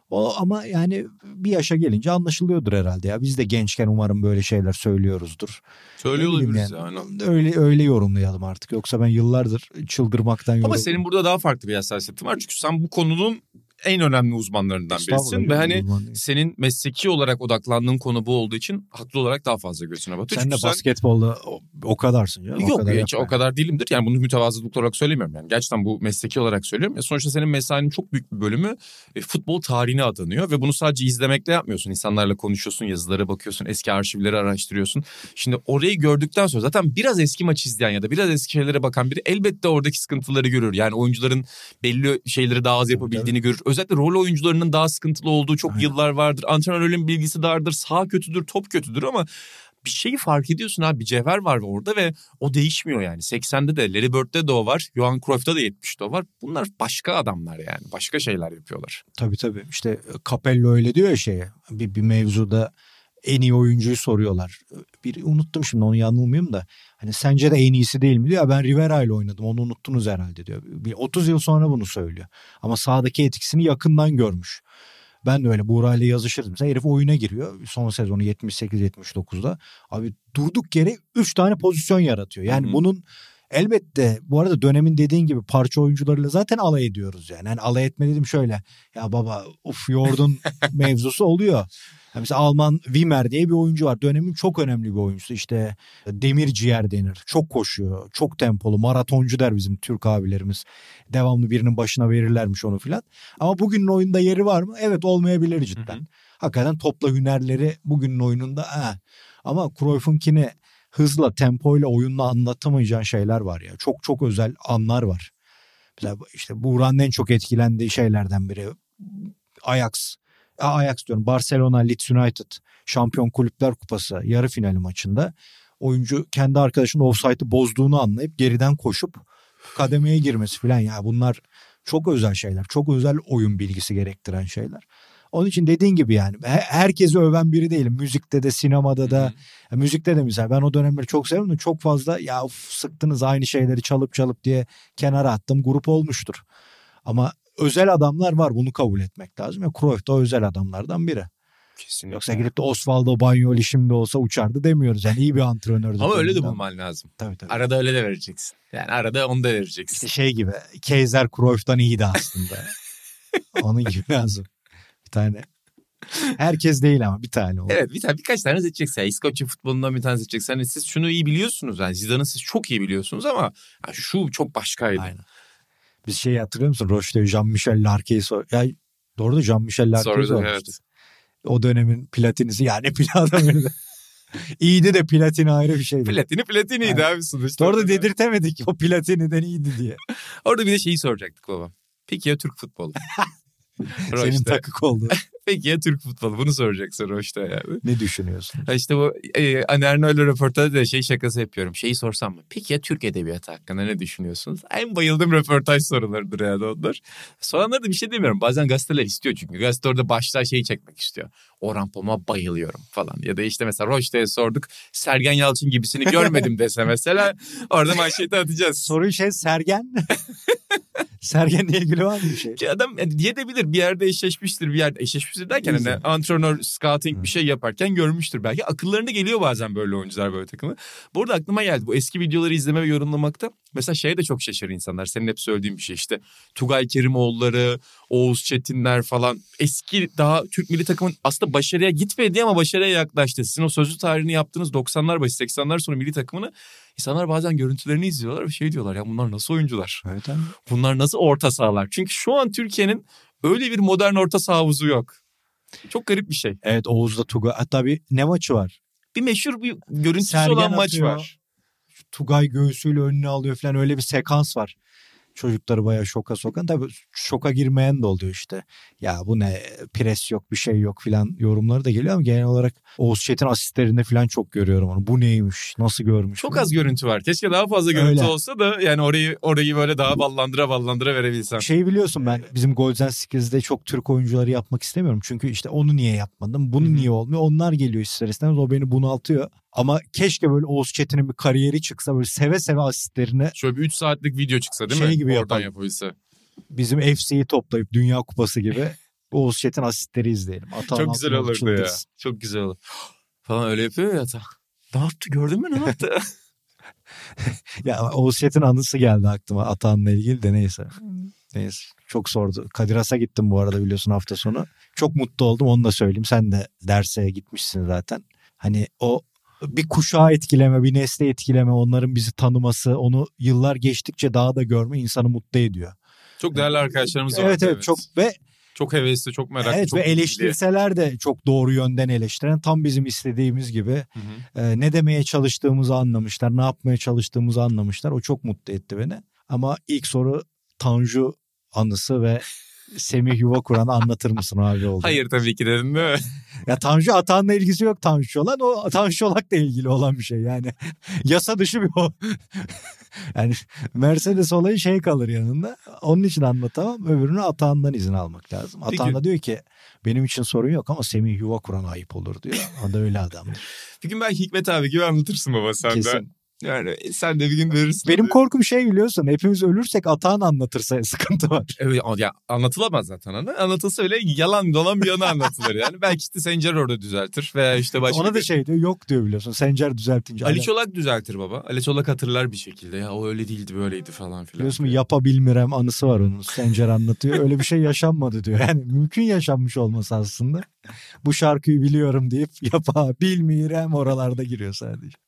Ama yani bir yaşa gelince anlaşılıyordur herhalde ya. Biz de gençken umarım böyle şeyler söylüyoruzdur. Söylüyor olabiliriz yani. Öyle yorumlayalım artık. Yoksa ben yıllardır çıldırmaktan yoruldum. Ama senin burada daha farklı bir hassasiyetin var. Çünkü sen bu konunun en önemli uzmanlarından birisin. Ve hani senin mesleki olarak odaklandığın konu bu olduğu için haklı olarak daha fazla gözüne batıyor. Sen de basketbolda o kadarsın ya. Yok hiç o kadar değilimdir. Yani bunu mütevazılık olarak söylemiyorum. Yani gerçekten bu mesleki olarak söylüyorum. Sonuçta senin mesainin çok büyük bir bölümü futbol tarihine adanıyor. Ve bunu sadece izlemekle yapmıyorsun. İnsanlarla konuşuyorsun, yazılara bakıyorsun, eski arşivleri araştırıyorsun. Şimdi orayı gördükten sonra zaten biraz eski maç izleyen ya da biraz eski şeylere bakan biri elbette oradaki sıkıntıları görür. Yani oyuncuların belli şeyleri daha az yapabildiğini görür. Özellikle rol oyuncularının daha sıkıntılı olduğu çok yıllar vardır. Antrenörlerin bilgisi dardır. Saha kötüdür, top kötüdür ama bir şeyi fark ediyorsun abi. Bir cevher var orada ve o değişmiyor yani. 80'de de, Larry Bird'de de o var. Johan Cruyff'ta da 70'de o var. Bunlar başka adamlar yani. Başka şeyler yapıyorlar. Tabii. İşte Capello öyle diyor ya bir mevzuda en iyi oyuncuyu soruyorlar. Unuttum şimdi, onu yanılmayayım da. Hani sence de en iyisi değil mi diyor. Ya ben Rivera ile oynadım, onu unuttunuz herhalde diyor. 30 yıl sonra bunu söylüyor. Ama sahadaki etkisini yakından görmüş. Ben de öyle Buğra ile yazışırdım. Mesela herif oyuna giriyor. Son sezonu 78-79'da. Abi durduk yere 3 tane pozisyon yaratıyor. Yani bunun elbette bu arada dönemin dediğin gibi parça oyuncularıyla zaten alay ediyoruz yani. Yani alay etme dedim şöyle. Ya baba yoğurdun mevzusu oluyor. Yani mesela Alman Wimmer diye bir oyuncu var. Dönemin çok önemli bir oyuncusu. İşte demir ciğer denir. Çok koşuyor. Çok tempolu. Maratoncu der bizim Türk abilerimiz. Devamlı birinin başına verirlermiş onu filan. Ama bugünün oyunda yeri var mı? Evet, olmayabilir cidden. Hakikaten topla hünerleri bugünün oyununda. Ama Cruyff'unkini hızla, tempoyla, oyunla anlatamayacağın şeyler var ya. Çok çok özel anlar var. Mesela işte Buğra'nın en çok etkilendiği şeylerden biri Ajax diyorum, Barcelona Leeds United Şampiyon Kulüpler Kupası yarı finali maçında oyuncu kendi arkadaşının offside'ı bozduğunu anlayıp geriden koşup kademeye girmesi falan, ya bunlar çok özel şeyler. Çok özel oyun bilgisi gerektiren şeyler. Onun için dediğin gibi yani herkesi öven biri değilim. Müzikte de, sinemada da. Müzikte de mesela ben o dönemleri çok seviyorum da çok fazla sıktınız aynı şeyleri çalıp diye kenara attım grup olmuştur. Ama özel adamlar var, bunu kabul etmek lazım. Ya Cruyff da o özel adamlardan biri. Kesinlikle. Yoksa gidip de Osvaldo Bagnoli şimdi olsa uçardı demiyoruz. Yani iyi bir antrenördü. Ama öyle de bulman lazım. Tabii. Arada öyle de vereceksin. Yani arada onu da vereceksin. İşte şey gibi, Kaiser Cruyff'tan iyiydi aslında. Onun gibi lazım. Bir tane. Herkes değil ama bir tane o. Evet, birkaç tane seçeceksin. Yani İskoçya futbolundan bir tane seçeceksin. Yani siz şunu iyi biliyorsunuz. Yani Zidane'ı siz çok iyi biliyorsunuz ama şu çok başkaydı. Aynen. Biz hatırlıyor musun? Roche'de Jean-Michel Larquet'i doğru da Jean-Michel Larquet'i sormuştu. Evet. O dönemin platinisi, yani adam öyle. İyiydi de platini ayrı bir şeydi. Platiniydi abi sonuçta. Orada dedirtemedik o platiniden iyiydi diye. Orada bir de şeyi soracaktık baba. Peki ya Türk futbolu? Senin takık oldu. Peki ya Türk futbolu? Bunu soracaksın Roche'da yani. Ne düşünüyorsun? İşte bu Anerno'yla röportajda da şakası yapıyorum. Şeyi sorsam mı? Peki ya Türk edebiyatı hakkında ne düşünüyorsunuz? En bayıldığım röportaj sorularıdır yani onlar. Soranlara da bir şey demiyorum. Bazen gazeteler istiyor çünkü. Gazete orada başta çekmek istiyor. Orhan Pamuk'a bayılıyorum falan. Ya da işte mesela Roche'da sorduk. Sergen Yalçın gibisini görmedim dese mesela. Orada manşeti atacağız. Soruyu Sergen. Sergen'le ilgili var mı bir şey? Ki adam diyebilir bir yerde eşleşmiştir, bir yerde eşleşmiştir derken hani antrenör scouting bir şey yaparken görmüştür belki. Akıllarına geliyor bazen böyle oyuncular böyle takımı. Bu arada aklıma geldi bu eski videoları izleme ve yorumlamakta. Mesela şeye de çok şaşırır insanlar. Senin hep söylediğin bir şey işte. Tugay Kerimoğulları, Oğuz Çetinler falan. Eski daha Türk milli takımın aslında başarıya gitmedi ama başarıya yaklaştı. Sizin o sözlü tarihini yaptığınız 90'lar başı 80'ler sonu milli takımını insanlar bazen görüntülerini izliyorlar ve şey diyorlar ya bunlar nasıl oyuncular? Evet abi. Bunlar nasıl orta sahalar? Çünkü şu an Türkiye'nin öyle bir modern orta saha havuzu yok. Çok garip bir şey. Evet Oğuz'da Tugay. Hatta bir maçı var. Bir meşhur bir görüntüsü Sergen olan maç atıyor. var. Tugay göğsüyle önüne alıyor falan öyle bir sekans var. Çocukları bayağı şoka sokan. Tabii şoka girmeyen de oluyor işte. Ya bu ne pres yok bir şey yok falan yorumları da geliyor ama genel olarak Oğuz Çetin asistlerinde falan çok görüyorum onu. Bu neymiş nasıl görmüş. Çok falan. az görüntü var. Keşke daha fazla görüntü Öyle. olsa da yani orayı böyle daha ballandıra verebilsem. Şey biliyorsun ben bizim Golden Skills'de çok Türk oyuncuları yapmak istemiyorum. Çünkü işte onu niye yapmadım bunu niye olmuyor onlar geliyor ister istemez o beni bunaltıyor. Ama keşke böyle Oğuz Çetin'in bir kariyeri çıksa böyle seve seve asistlerine. Şöyle bir 3 saatlik video çıksa değil Şey mi? gibi Oradan yapalım. yapabilse. Bizim FC'yi toplayıp Dünya Kupası gibi Oğuz Çetin asistleri izleyelim. Atahan Çok güzel Altınok olurdu çıldırsın. ya. Çok güzel olur. Falan öyle yapıyor ya Ata. Ne yaptı gördün mü ne yaptı? Ya Oğuz Çetin anısı geldi aklıma Atahan'la ilgili de neyse. Neyse çok sordu. Kadir Has'a gittim bu arada biliyorsun hafta sonu. Çok mutlu oldum onu da söyleyeyim. Sen de derse gitmişsin zaten. Hani o bir kuşağı etkileme, bir nesli etkileme, onların bizi tanıması, onu yıllar geçtikçe daha da görme insanı mutlu ediyor. Çok değerli arkadaşlarımız var. Evet çok ve çok hevesli, çok meraklı, evet çok ve bilgili. eleştirseler de çok doğru yönden eleştiren tam bizim istediğimiz gibi ne demeye çalıştığımızı anlamışlar, ne yapmaya çalıştığımızı anlamışlar. O çok mutlu etti beni. Ama ilk soru Tanju anısı ve Semih Yuvakuran'ı anlatır mısın abi oldu? Hayır tabii ki dedim değil mi? Ya Tanju Atahan'la ilgisi yok Tanju Çolak. O Tanju Çolak'la ilgili olan bir şey yani. Yasa dışı bir o. Yani Mercedes olayı şey kalır yanında. Onun için anlatamam. Öbürünü Atahan'dan izin almak lazım. Atahan da diyor ki benim için sorun yok ama Semih Yuvakuran'a ayıp olur diyor. O da öyle adamdır. Bir gün belki Hikmet abi gibi anlatırsın baba sen de. Kesin. Yani sen de bir gün verirsin. Benim korkum şey biliyorsun. Hepimiz ölürsek Atahan anlatırsa sıkıntı var. Evet ya anlatılamaz zaten ona. Anlatılsa öyle yalan dolan bir yana anlatılır yani. Belki işte Sencer orada düzeltir veya işte başka Ona da şey diyor yok diyor biliyorsun. Sencer düzeltince. Ali Çolak düzeltir baba. Ali Çolak hatırlar bir şekilde. Ya o öyle değildi böyleydi falan filan. Biliyorsun yapabilmirem anısı var onun. Sencer anlatıyor. Öyle bir şey yaşanmadı diyor. Yani mümkün yaşanmış olması aslında. Bu şarkıyı biliyorum deyip yapabilmirem oralarda giriyor sadece.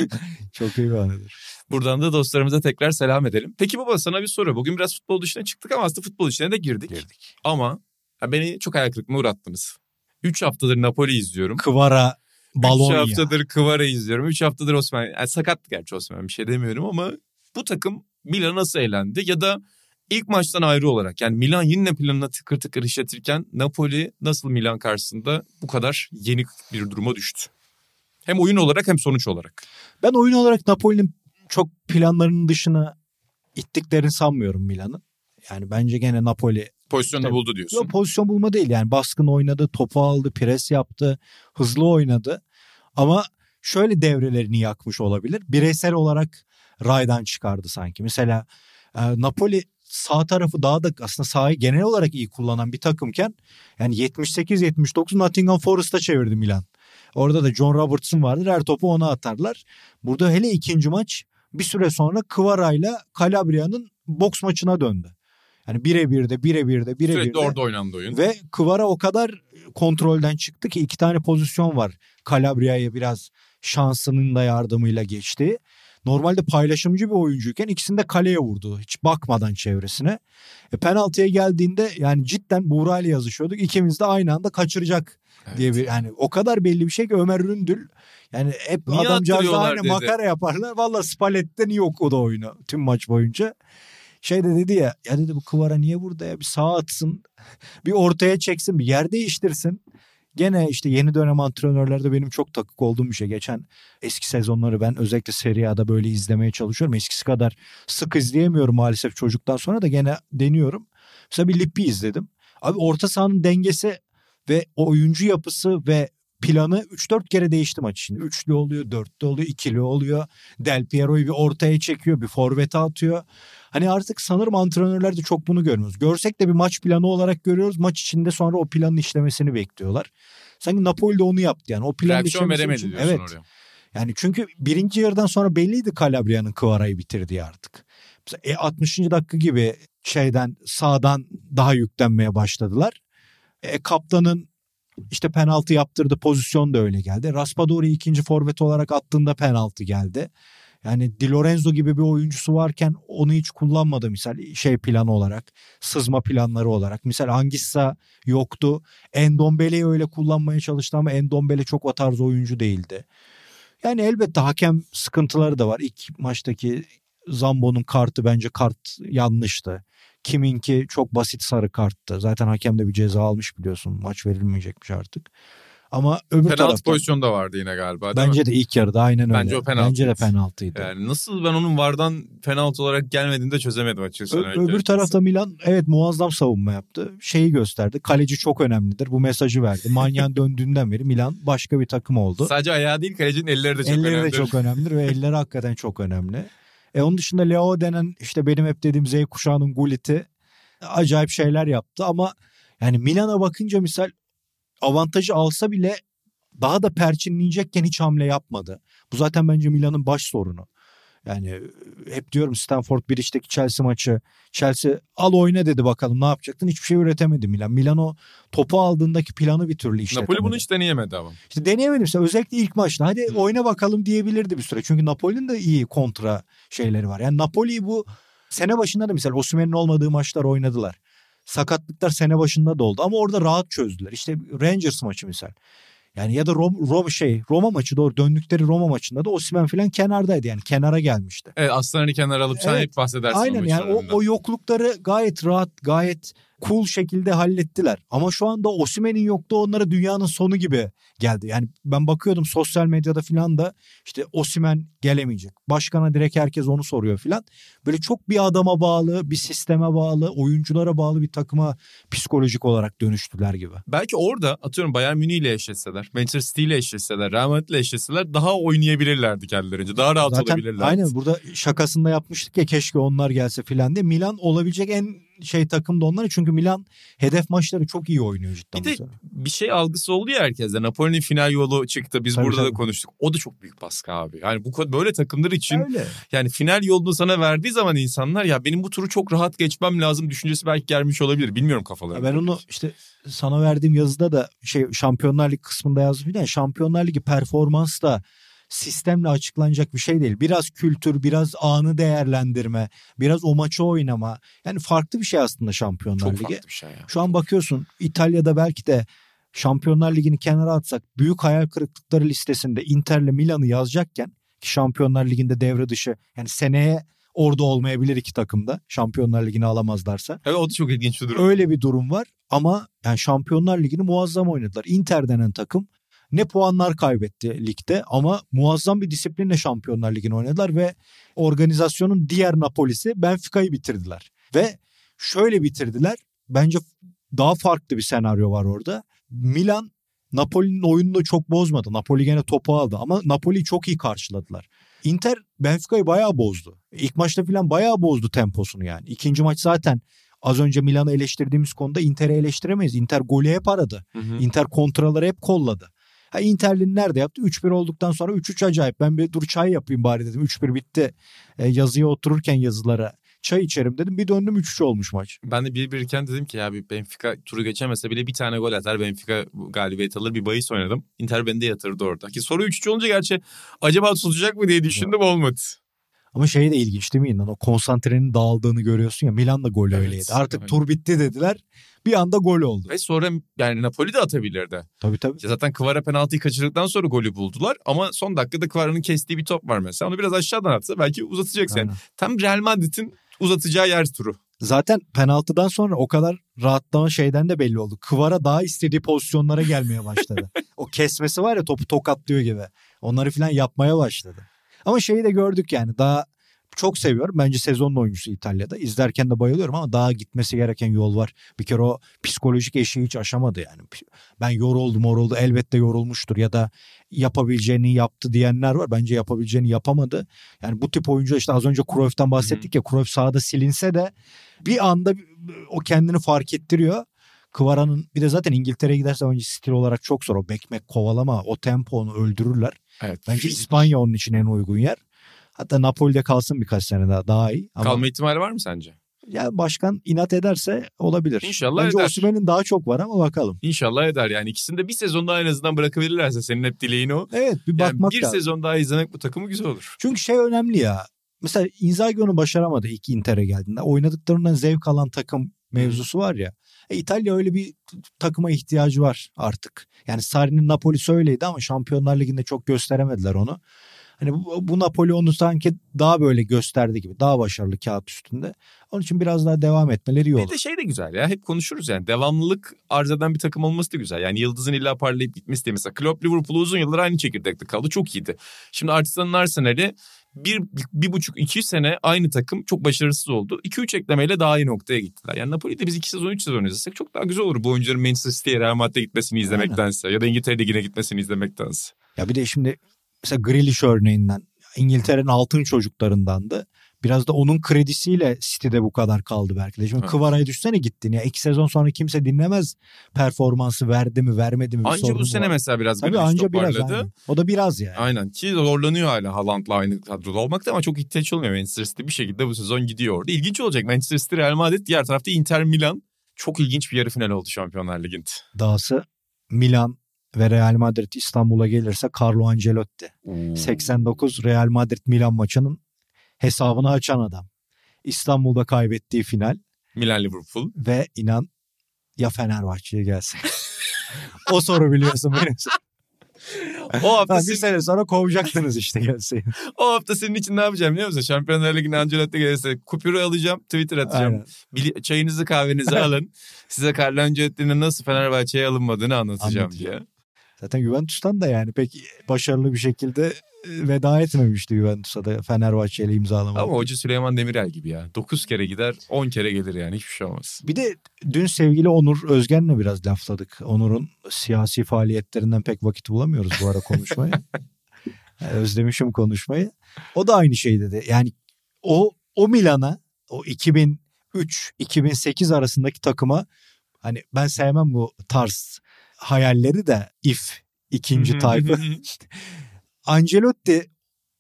Çok iyi bir anıdır. Buradan da dostlarımıza tekrar selam edelim. Peki baba sana bir soru. Bugün biraz futbol dışına çıktık ama aslında futbol içine de girdik. Ama beni çok hayal kırıklığına uğrattınız. 3 haftadır Napoli izliyorum. Kvara, Bologna. 3 haftadır Kvara izliyorum. 3 haftadır Osimhen. Yani sakattı gerçi Osimhen bir şey demiyorum ama bu takım Milan nasıl eğlendi? Ya da ilk maçtan ayrı olarak yani Milan yine planına tıkır tıkır işletirken Napoli nasıl Milan karşısında bu kadar yenik bir duruma düştü? Hem oyun olarak hem sonuç olarak. Ben oyun olarak Napoli'nin çok planlarının dışına ittiklerini sanmıyorum Milan'ın. Yani bence gene Napoli Pozisyonunu buldu diyorsun. Yok pozisyon bulma değil yani baskın oynadı, topu aldı, pres yaptı, hızlı oynadı. Ama şöyle devrelerini yakmış olabilir. Bireysel olarak raydan çıkardı sanki. Mesela Napoli sağ tarafı daha da aslında sahayı genel olarak iyi kullanan bir takımken yani 78-79 Nottingham Forest'a çevirdi Milan. Orada da John Robertson vardır. Her topu ona atarlar. Burada hele ikinci maç bir süre sonra Kvara'yla Calabria'nın boks maçına döndü. Yani birebir de. Sürekli orada oynandı oyun. Ve Kvara o kadar kontrolden çıktı ki 2 tane pozisyon var. Calabria'ya biraz şansının da yardımıyla geçti. Normalde paylaşımcı bir oyuncuyken ikisini de kaleye vurdu. Hiç bakmadan çevresine. Penaltıya geldiğinde yani cidden Buğra ile yazışıyorduk. İkimiz de aynı anda kaçıracak diye bir yani o kadar belli bir şey ki Ömer Ründül yani hep Niye adamcağızla aynı dedi. makara yaparlar. Valla Spalletti'den iyi okudu oyunu tüm maç boyunca. Şey de dedi ya dedi bu Kvara niye burada ya bir sağa atsın bir ortaya çeksin bir yer değiştirsin. Gene işte yeni dönem antrenörlerde benim çok takık olduğum bir şey. Geçen eski sezonları ben özellikle Serie A'da böyle izlemeye çalışıyorum. Eskisi kadar sık izleyemiyorum maalesef çocuktan sonra da gene deniyorum. Mesela bir Lippi izledim. Abi orta sahanın dengesi ve oyuncu yapısı ve planı 3-4 kere değişti maç içinde. Üçlü oluyor, dörtlü oluyor, ikili oluyor. Del Piero'yu bir ortaya çekiyor, bir forvete atıyor. Hani artık sanırım antrenörler de çok bunu görmüyoruz. Görsek de bir maç planı olarak görüyoruz. Maç içinde sonra o planın işlemesini bekliyorlar. Sanki Napoli de onu yaptı yani. O planın reaksiyon işlemesi veremedi için, diyorsun evet. oraya. Yani çünkü birinci yarıdan sonra belliydi Calabria'nın Kvara'yı bitirdiği artık. Mesela 60. dakika gibi sağdan daha yüklenmeye başladılar. Kaptanın işte penaltı yaptırdı, pozisyon da öyle geldi. Raspadori ikinci forvet olarak attığında penaltı geldi. Yani Di Lorenzo gibi bir oyuncusu varken onu hiç kullanmadı misal planı olarak, sızma planları olarak. Misal Anguissa yoktu. Endombele'yi öyle kullanmaya çalıştı ama Endombele çok o tarz oyuncu değildi. Yani elbette hakem sıkıntıları da var. İlk maçtaki Zambo'nun kartı bence kart yanlıştı. Kiminki çok basit sarı karttı. Zaten hakem de bir ceza almış biliyorsun. Maç verilmeyecekmiş artık. Ama öbür penaltı taraftan pozisyonu da vardı yine galiba değil bence mi? de ilk yarıda aynen öyle. Bence o penaltıydı. Bence de penaltıydı. Yani nasıl ben onun VAR'dan penaltı olarak gelmediğini de çözemedim açıkçası. Öbür tarafta Milan evet muazzam savunma yaptı. Şeyi gösterdi. Kaleci çok önemlidir. Bu mesajı verdi. Manyan döndüğünden beri Milan başka bir takım oldu. Sadece ayağı değil kalecinin elleri de çok önemli. Elleri de çok önemlidir ve elleri hakikaten çok önemli. Onun dışında Leo denen işte benim hep dediğim Z kuşağının Gullit'i acayip şeyler yaptı ama yani Milan'a bakınca misal avantajı alsa bile daha da perçinleyecekken hiç hamle yapmadı. Bu zaten bence Milan'ın baş sorunu. Yani hep diyorum Stamford Bridge'deki Chelsea maçı. Chelsea al oyna dedi bakalım ne yapacaktın? Hiçbir şey üretemedi Milan. Milan o topu aldığındaki planı bir türlü işletemedi. Napoli bunu hiç deneyemedi ama. İşte deneyemedim işte özellikle ilk maçta. Hadi oyna bakalım diyebilirdi bir süre. Çünkü Napoli'nin de iyi kontra şeyleri var. Yani Napoli bu sene başında da mesela Osimhen'in olmadığı maçlar oynadılar. Sakatlıklar sene başında da oldu ama orada rahat çözdüler. İşte Rangers maçı misal. Yani ya da Roma maçı doğru döndükleri Roma maçında da Osimhen falan kenardaydı yani kenara gelmişti. Evet aslanını kenara alıp sen hep bahsedersin. Aynen yani o yoklukları gayet rahat gayet cool şekilde hallettiler. Ama şu anda Osimhen'in yokluğu onlara dünyanın sonu gibi geldi. Yani ben bakıyordum sosyal medyada falan da işte Osimhen gelemeyecek. Başkana direkt herkes onu soruyor falan. Böyle çok bir adama bağlı, bir sisteme bağlı, oyunculara bağlı bir takıma psikolojik olarak dönüştüler gibi. Belki orada atıyorum Bayern Münih ile eşleşseler, Manchester City ile eşleşseler, Real Madrid ile eşleşseler daha oynayabilirlerdi kendilerince. Daha rahat zaten olabilirlerdi. Aynen burada şakasında yapmıştık ya keşke onlar gelse filan diye. Milan olabilecek en takım da onlar çünkü Milan hedef maçları çok iyi oynuyor cidden. Bir de bir şey algısı oldu ya herkeste. Napoli'nin final yolu çıktı. Biz burada da konuştuk. O da çok büyük baskı abi. Yani bu böyle takımlar için öyle. Yani final yolunu sana verdiği zaman insanlar ya benim bu turu çok rahat geçmem lazım düşüncesi belki gelmiş olabilir. Bilmiyorum kafalarında. Ben onu işte sana verdiğim yazıda da Şampiyonlar Ligi kısmında yazdım. Yani Şampiyonlar Ligi performans da sistemle açıklanacak bir şey değil. Biraz kültür, biraz anı değerlendirme, biraz o maçı oynama. Yani farklı bir şey aslında Şampiyonlar Ligi. Çok farklı bir şey ya. Şu an bakıyorsun İtalya'da belki de Şampiyonlar Ligi'ni kenara atsak büyük hayal kırıklıkları listesinde Inter'le Milan'ı yazacakken ki Şampiyonlar Ligi'nde devre dışı yani seneye orada olmayabilir iki takımda Şampiyonlar Ligi'ni alamazlarsa. Evet o da çok ilginç bir durum. Öyle bir durum var ama yani Şampiyonlar Ligi'ni muazzam oynadılar. Inter denen takım ne puanlar kaybetti ligde ama muazzam bir disiplinle Şampiyonlar Ligi'ni oynadılar ve organizasyonun diğer Napoli'si Benfica'yı bitirdiler. Ve şöyle bitirdiler. Bence daha farklı bir senaryo var orada. Milan Napoli'nin oyununu çok bozmadı. Napoli gene topu aldı ama Napoli'yi çok iyi karşıladılar. Inter Benfica'yı bayağı bozdu. İlk maçta falan bayağı bozdu temposunu yani. İkinci maç zaten az önce Milan'ı eleştirdiğimiz konuda Inter'i eleştiremeyiz. Inter golü hep aradı. Inter kontraları hep kolladı. Inter'li nerede yaptı? 3-1 olduktan sonra 3-3 acayip. Ben bir dur çay yapayım bari dedim. 3-1 bitti. Yazıya otururken yazılara çay içerim dedim. Bir döndüm 3-3 olmuş maç. Ben de 1-1 iken dedim ki ya bir Benfica turu geçemese bile bir tane gol atar. Benfica galibiyet alır. Bir bahis oynadım. Inter beni de yatırdı orada. Ki soru 3-3 olunca gerçi acaba tutacak mı diye düşündüm olmadı. Ama şey de ilginç değil mi İnan? O konsantrenin dağıldığını görüyorsun ya. Milan da golü öyleydi. Artık tur bitti dediler. Bir anda gol oldu. Ve sonra yani Napoli de atabilirdi. Tabii. Zaten Kvara penaltıyı kaçırdıktan sonra golü buldular. Ama son dakikada Kvara'nın kestiği bir top var mesela. Onu biraz aşağıdan atsa belki uzatacak sen. Tam Real Madrid'in uzatacağı yer turu. Zaten penaltıdan sonra o kadar rahatlama şeyden de belli oldu. Kvara daha istediği pozisyonlara gelmeye başladı. O kesmesi var ya topu tokatlıyor gibi. Onları falan yapmaya başladı. Ama şeyi de gördük yani daha çok seviyorum. Bence sezonun oyuncusu İtalya'da. İzlerken de bayılıyorum ama daha gitmesi gereken yol var. Bir kere o psikolojik eşiği hiç aşamadı yani. Ben yoruldum elbette yorulmuştur ya da yapabileceğini yaptı diyenler var. Bence yapabileceğini yapamadı. Yani bu tip oyuncu işte az önce Cruyff'tan bahsettik ya. Cruyff sahada silinse de bir anda o kendini fark ettiriyor. Kvara'nın bir de zaten İngiltere'ye giderse bence stil olarak çok zor. O bekmek, kovalama, o tempo onu öldürürler. Evet, bence İspanya onun için en uygun yer. Hatta Napoli'de kalsın birkaç sene daha iyi. Ama kalma ihtimali var mı sence? Ya başkan inat ederse olabilir. İnşallah bence eder. Osimhen'in daha çok var ama bakalım. İnşallah eder yani. İkisini de bir sezon daha en azından bırakabilirlerse senin hep dileğin o. Evet, bir bakmak bir lazım. sezon daha izlemek bu takımı güzel olur. Çünkü şey önemli ya. Mesela Inzaghi onu başaramadı ilk Inter'e geldiğinde. Oynadıklarından zevk alan takım mevzusu var ya. İtalya öyle bir takıma ihtiyacı var artık. Yani Sarri'nin Napoli'si öyleydi ama Şampiyonlar Ligi'nde çok gösteremediler onu. Hani bu Napoli onu sanki daha böyle gösterdi gibi. Daha başarılı kağıt üstünde. Onun için biraz daha devam etmeleri iyi olur. Bir de şey de güzel ya. Hep konuşuruz yani. Devamlılık arz eden bir takım olması da güzel. Yani Yıldız'ın illa parlayıp gitmesi değil. Mesela Klopp Liverpool'u uzun yıllar aynı çekirdekte kaldı. Çok iyiydi. Şimdi Arsenal'ın Arsenal'i 1,5-2 sene aynı takım çok başarısız oldu. 2-3 eklemeyle daha iyi noktaya gittiler. Yani Napoli'de biz 2 sezon 3 sezon izlesek çok daha güzel olur. Bu oyuncuların Manchester City'ye, Real Madrid'e gitmesini izlemektense. Ya da İngiltere Ligi'ne gitmesini izlemektense. Ya bir de şimdi mesela Grealish örneğinden İngiltere'nin altın çocuklarındandı. Biraz da onun kredisiyle City'de bu kadar kaldı belki de. Şimdi Kvara'ya düşsene gittin ya. 2 sezon sonra kimse dinlemez performansı verdi mi vermedi mi. Anca bu sene mesela biraz Tabii Grealish anca biraz. toparladı. Aynen. O da biraz yani. Aynen ki zorlanıyor hala Haaland'la aynı kadroda olmakta ama çok ihtiyaç olmuyor. Manchester City bir şekilde bu sezon gidiyor orada. İlginç olacak. Manchester City, Real Madrid, diğer tarafta Inter Milan. Çok ilginç bir yarı final oldu Şampiyonlar Ligi'nde. Dahası Milan ve Real Madrid İstanbul'a gelirse Carlo Ancelotti. 89 Real Madrid Milan maçının hesabını açan adam. İstanbul'da kaybettiği final. Milan Liverpool. Ve inan ya Fenerbahçe'ye gelse. O soru biliyorsun benim. O hafta bir sene sonra kovacaktınız işte gelseydin. O hafta senin için ne yapacağım biliyor musun? Şampiyonlar Ligi'ne Ancelotti gelirse kupürü alacağım, Twitter atacağım. Çayınızı kahvenizi alın. Size Carlo Ancelotti'nin nasıl Fenerbahçe'ye alınmadığını anlatacağım diye. Zaten Juventus'tan da yani pek başarılı bir şekilde veda etmemişti Juventus'a da Fenerbahçe ile imzalamadı. Ama hoca Süleyman Demirel gibi ya. 9 kere gider 10 kere gelir yani hiçbir şey olmaz. Bir de dün sevgili Onur Özgen'le biraz lafladık. Onur'un siyasi faaliyetlerinden pek vakit bulamıyoruz bu ara konuşmaya. Özlemişim konuşmayı. O da aynı şey dedi. Yani o Milan'a o 2003-2008 arasındaki takıma hani ben sevmem bu tarz hayalleri de ikinci tayfı. Ancelotti